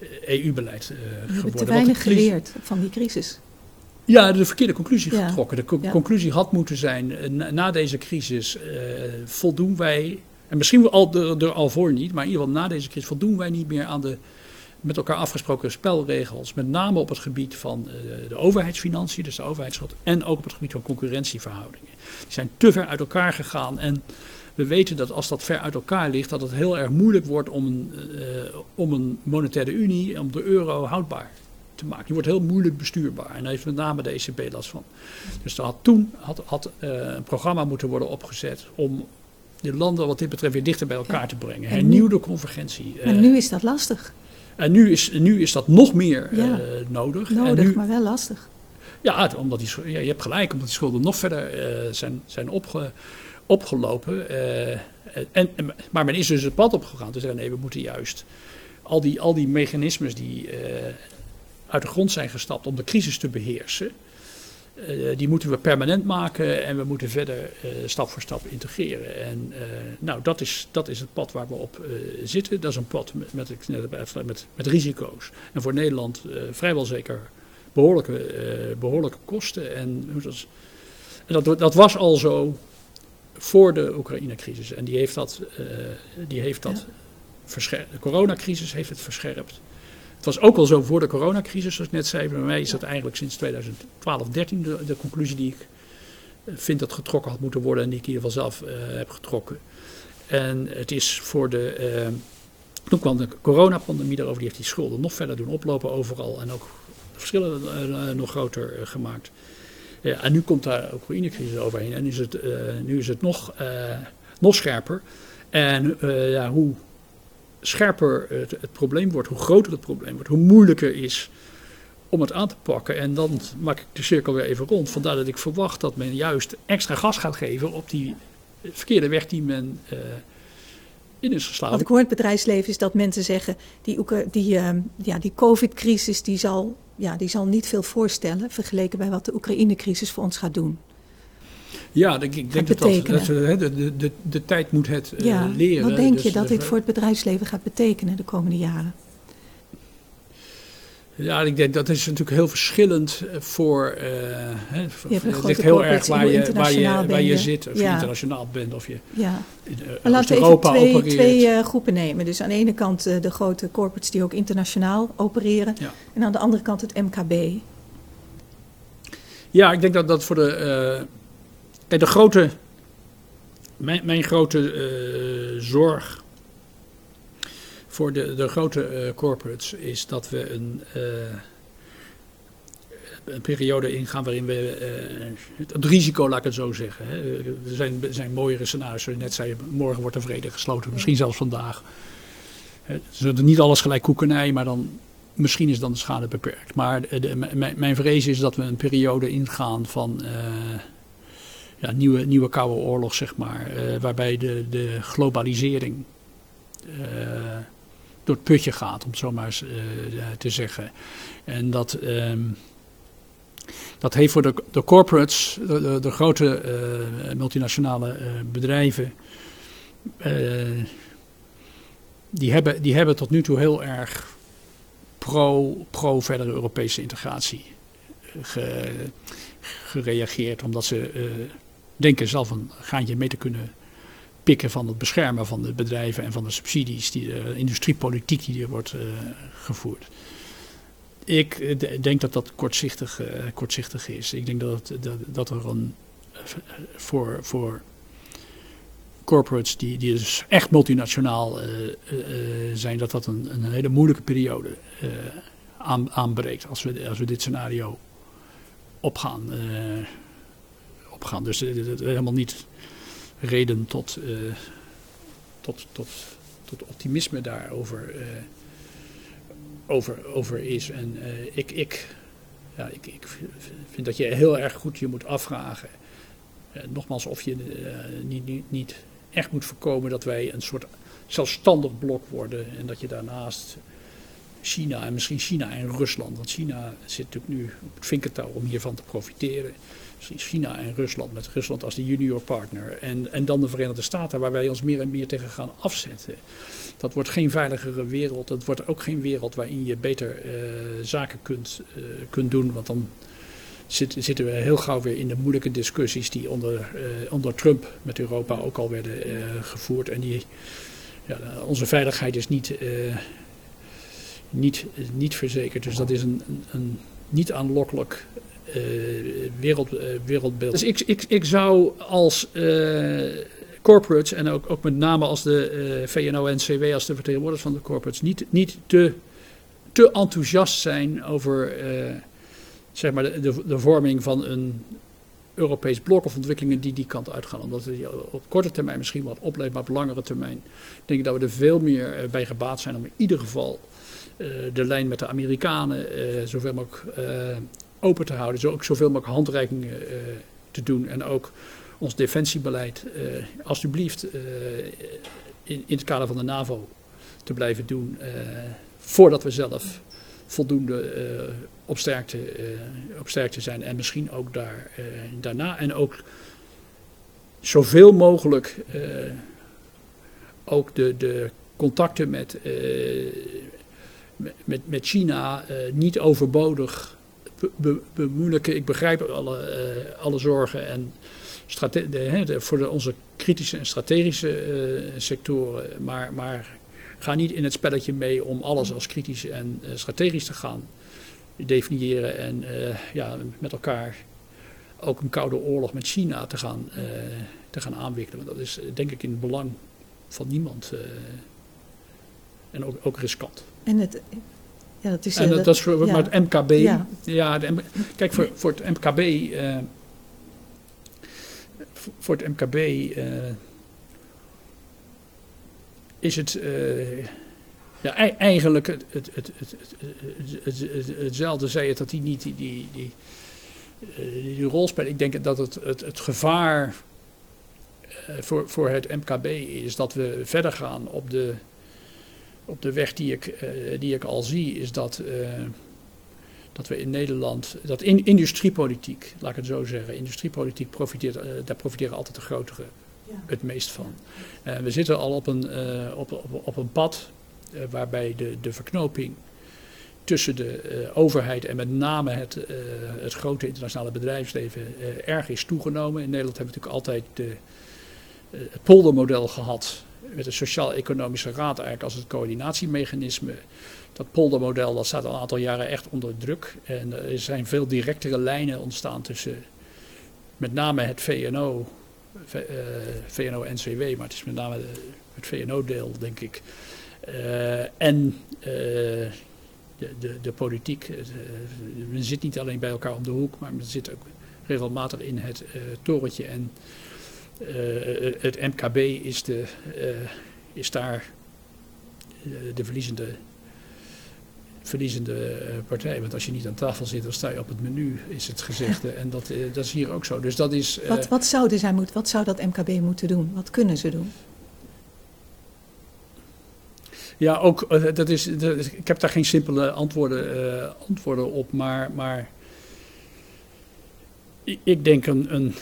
E U-beleid uh, geworden. We hebben te weinig crisis, geleerd van die crisis. Ja, de verkeerde conclusie ja. getrokken. De co- ja. conclusie had moeten zijn, uh, na, na deze crisis uh, voldoen wij, en misschien al er, er al voor niet, maar in ieder geval na deze crisis voldoen wij niet meer aan de met elkaar afgesproken spelregels, met name op het gebied van uh, de overheidsfinanciën, dus de overheidsschuld, en ook op het gebied van concurrentieverhoudingen. Die zijn te ver uit elkaar gegaan en we weten dat als dat ver uit elkaar ligt, dat het heel erg moeilijk wordt om een, uh, om een monetaire unie, om de euro houdbaar te maken. Die wordt heel moeilijk bestuurbaar en daar heeft met name de E C B last van. Dus er had toen had, had, uh, een programma moeten worden opgezet om de landen wat dit betreft weer dichter bij elkaar ja. te brengen. Hernieuwde convergentie. En uh, nu is dat lastig. En nu is, nu is dat nog meer ja, uh, nodig. Nodig, en nu, maar wel lastig. Ja, omdat die, ja, je hebt gelijk, omdat die schulden nog verder uh, zijn, zijn opge, opgelopen. Uh, en, en, maar men is dus het pad opgegaan te zeggen, nee, we moeten juist al die, al die mechanismes die uh, uit de grond zijn gestapt om de crisis te beheersen, Uh, die moeten we permanent maken en we moeten verder uh, stap voor stap integreren. En uh, nou, dat is, dat is het pad waar we op uh, zitten. Dat is een pad met, met, met, met, met risico's. En voor Nederland uh, vrijwel zeker behoorlijke, uh, behoorlijke kosten. En, dat, en dat, dat was al zo voor de Oekraïne-crisis. En die heeft dat, uh, die heeft dat ja. verscherpt. De coronacrisis heeft het verscherpt. Het was ook al zo voor de coronacrisis, zoals ik net zei. Bij mij is dat eigenlijk sinds tweeduizend twaalf, dertien de, de conclusie die ik vind dat getrokken had moeten worden en die ik in ieder geval zelf uh, heb getrokken. En het is voor de... Uh, toen kwam de coronapandemie daarover, die heeft die schulden nog verder doen oplopen overal en ook verschillen uh, nog groter uh, gemaakt. Ja, en nu komt daar de Oekraïne-crisis overheen en is het, uh, nu is het nog, uh, nog scherper. En uh, ja, hoe scherper het, het probleem wordt, hoe groter het probleem wordt, hoe moeilijker is om het aan te pakken. En dan maak ik de cirkel weer even rond. Vandaar dat ik verwacht dat men juist extra gas gaat geven op die verkeerde weg die men uh, in is geslagen. Wat ik hoor in het bedrijfsleven is dat mensen zeggen, die, die, uh, ja, die COVID-crisis die zal, ja, die zal niet veel voorstellen vergeleken bij wat de Oekraïne-crisis voor ons gaat doen. Ja, ik, ik denk dat, dat, dat de, de, de, de tijd moet het uh, ja, leren. Wat denk dus, je dat dit uh, voor het bedrijfsleven gaat betekenen de komende jaren? Ja, ik denk dat is natuurlijk heel verschillend voor. Uh, hè, het ligt heel erg waar je, waar je, waar je zit, of ja. je internationaal bent, of je ja. in uh, maar laten we Europa even twee, opereert. twee uh, groepen nemen. Dus aan de ene kant uh, de grote corporates die ook internationaal opereren, ja. en aan de andere kant het M K B. Ja, ik denk dat dat voor de. Uh, kijk, de grote. Mijn, mijn grote uh, zorg voor de, de grote uh, corporates is dat we een, uh, een periode ingaan waarin we uh, het, het risico, laat ik het zo zeggen. Hè. Er zijn, er zijn mooiere scenario's, zoals je net zei, morgen wordt de vrede gesloten, misschien zelfs vandaag. Dus niet alles gelijk koekenij, maar dan misschien is dan de schade beperkt. Maar de, de, mijn, mijn vrees is dat we een periode ingaan van, uh, ja, nieuwe, nieuwe koude oorlog, zeg maar. Uh, waarbij de, de globalisering uh, door het putje gaat, om het zo maar eens uh, te zeggen. En dat, um, dat heeft voor de, de corporates, de, de, de grote uh, multinationale uh, bedrijven, uh, die, hebben, die hebben tot nu toe heel erg pro, pro verdere Europese integratie ge, gereageerd. Omdat ze uh, denken zelf een gaantje mee te kunnen pikken van het beschermen van de bedrijven en van de subsidies, die de industriepolitiek die er wordt uh, gevoerd. Ik uh, denk dat dat kortzichtig, uh, kortzichtig is. Ik denk dat, het, dat, dat er een uh, voor, voor corporates die, die dus echt multinationaal uh, uh, zijn, dat dat een, een hele moeilijke periode uh, aan, aanbreekt als we, als we dit scenario opgaan. Uh, opgaan. Dus uh, uh, helemaal niet reden tot, uh, tot, tot, tot optimisme daarover uh, over, over is. En uh, ik, ik, ja, ik, ik vind dat je heel erg goed je moet afvragen. Uh, nogmaals, of je uh, niet, niet, niet echt moet voorkomen dat wij een soort zelfstandig blok worden. En dat je daarnaast China en misschien China en Rusland. Want China zit natuurlijk nu op het vinkertouw om hiervan te profiteren. China en Rusland, met Rusland als de junior partner. En, en dan de Verenigde Staten, waar wij ons meer en meer tegen gaan afzetten. Dat wordt geen veiligere wereld. Dat wordt ook geen wereld waarin je beter uh, zaken kunt, uh, kunt doen. Want dan zit, zitten we heel gauw weer in de moeilijke discussies die onder, uh, onder Trump met Europa ook al werden uh, gevoerd. En die, ja, onze veiligheid is niet, uh, niet, niet verzekerd. Dus dat is een, een, een niet aanlokkelijk Uh, wereld, uh, wereldbeeld. Dus ik, ik, ik zou als uh, corporates en ook, ook met name als de uh, V N O N C W, als de vertegenwoordigers van de corporates, niet, niet te, te enthousiast zijn over uh, zeg maar de, de, de vorming van een Europees blok of ontwikkelingen die die kant uitgaan. Omdat het op korte termijn misschien wat oplevert, maar op langere termijn denk ik dat we er veel meer uh, bij gebaat zijn om in ieder geval uh, de lijn met de Amerikanen uh, zoveel mogelijk uh, open te houden, zo ook zoveel mogelijk handreikingen uh, te doen en ook ons defensiebeleid uh, alsjeblieft uh, in, in het kader van de NAVO te blijven doen, uh, voordat we zelf voldoende uh, op, sterkte, uh, op sterkte zijn en misschien ook daar, uh, daarna en ook zoveel mogelijk uh, ook de, de contacten met, uh, met, met China uh, niet overbodig Be, bemoeilijken. Ik begrijp alle, uh, alle zorgen en strate- de, he, de, voor de, onze kritische en strategische uh, sectoren, maar, maar ga niet in het spelletje mee om alles als kritisch en uh, strategisch te gaan definiëren en uh, ja, met elkaar ook een koude oorlog met China te gaan, uh, te gaan aanwikkelen. Want dat is denk ik in het belang van niemand uh, en ook, ook riskant. En het... Ja, dat is, en dat, dat, dat is voor ja. maar het M K B. Ja. Ja, de, kijk, voor, voor het M K B. Uh, voor het M K B uh, is het uh, ja, e- eigenlijk het, het, het, het, het, het, het, hetzelfde. Zei het dat die niet die, die, die, uh, die rol speelt. Ik denk dat het, het, het gevaar uh, voor, voor het M K B is dat we verder gaan op de. Op de weg die ik, uh, die ik al zie, is dat, uh, dat we in Nederland, dat in industriepolitiek, laat ik het zo zeggen, industriepolitiek profiteert, uh, daar profiteren altijd de grotere ja. het meest van. Uh, we zitten al op een, uh, op, op, op een pad uh, waarbij de, de verknoping tussen de uh, overheid en met name het, uh, het grote internationale bedrijfsleven uh, erg is toegenomen. In Nederland hebben we natuurlijk altijd de, uh, het poldermodel gehad. Met de Sociaal-Economische Raad eigenlijk als het coördinatiemechanisme. Dat poldermodel dat staat al een aantal jaren echt onder druk. En er zijn veel directere lijnen ontstaan tussen met name het V N O, uh, V N O N C W, maar het is met name de, het V N O-deel, denk ik. Uh, en uh, de, de, de politiek. Uh, men zit niet alleen bij elkaar om de hoek, maar men zit ook regelmatig in het uh, torentje. En Uh, het M K B is, de, uh, is daar uh, de verliezende verliezende partij. Want als je niet aan tafel zit, dan sta je op het menu, is het gezegde. En dat, uh, dat is hier ook zo. Dus dat is... Uh, wat, wat, zouden zij moeten, wat zou dat M K B moeten doen? Wat kunnen ze doen? Ja, ook, uh, dat is, dat is, ik heb daar geen simpele antwoorden, uh, antwoorden op, maar, maar ik, ik denk een... een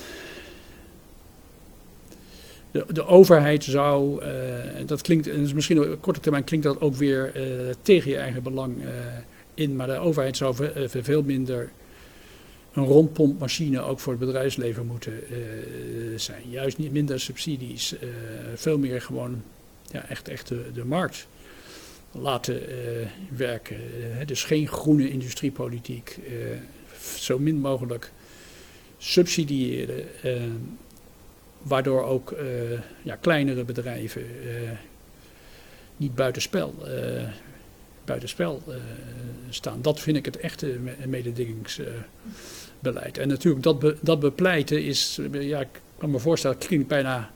de, de overheid zou, uh, dat klinkt, en dus misschien op korte termijn klinkt dat ook weer uh, tegen je eigen belang uh, in, maar de overheid zou ve, uh, veel minder een rondpompmachine ook voor het bedrijfsleven moeten uh, zijn. Juist niet minder subsidies, uh, veel meer gewoon ja, echt, echt de, de markt laten uh, werken. Uh, dus geen groene industriepolitiek, uh, zo min mogelijk subsidiëren, uh, waardoor ook uh, ja, kleinere bedrijven uh, niet buitenspel, uh, buitenspel uh, staan. Dat vind ik het echte mededingingsbeleid. Uh, en natuurlijk dat, be, dat bepleiten is, ja, ik kan me voorstellen, het klinkt bijna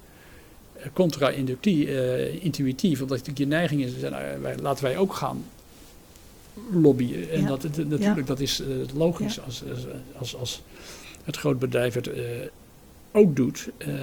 contra-intuïtief, uh, omdat je neiging is, nou, wij, laten wij ook gaan lobbyen. En ja. dat, dat, natuurlijk, ja. dat is uh, logisch ja. als, als, als het grootbedrijf het uh, ook doet. Uh,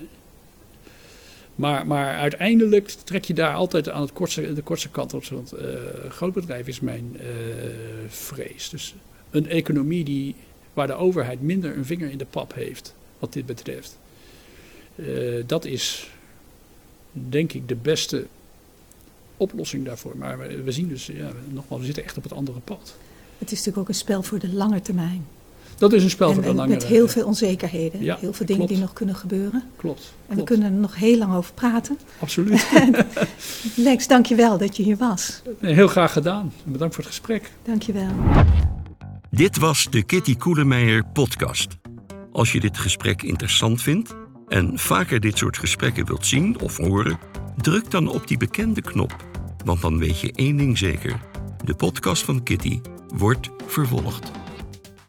maar, maar uiteindelijk trek je daar altijd aan het kortste, de kortste kant op. Want uh, grootbedrijf is mijn uh, vrees. Dus een economie die, waar de overheid minder een vinger in de pap heeft, wat dit betreft. Uh, dat is, denk ik, de beste oplossing daarvoor. Maar we, we zien dus, ja, nogmaals, we zitten echt op het andere pad. Het is natuurlijk ook een spel voor de lange termijn. Dat is een spel en, voor de lange termijn. Met heel veel onzekerheden, ja, heel veel dingen klopt. die nog kunnen gebeuren. Klopt. En klopt. we kunnen er nog heel lang over praten. Absoluut. Lex, dank je wel dat je hier was. Nee, heel graag gedaan. Bedankt voor het gesprek. Dank je wel. Dit was de Kitty Koelemeijer podcast. Als je dit gesprek interessant vindt en vaker dit soort gesprekken wilt zien of horen, druk dan op die bekende knop. Want dan weet je één ding zeker. De podcast van Kitty wordt vervolgd.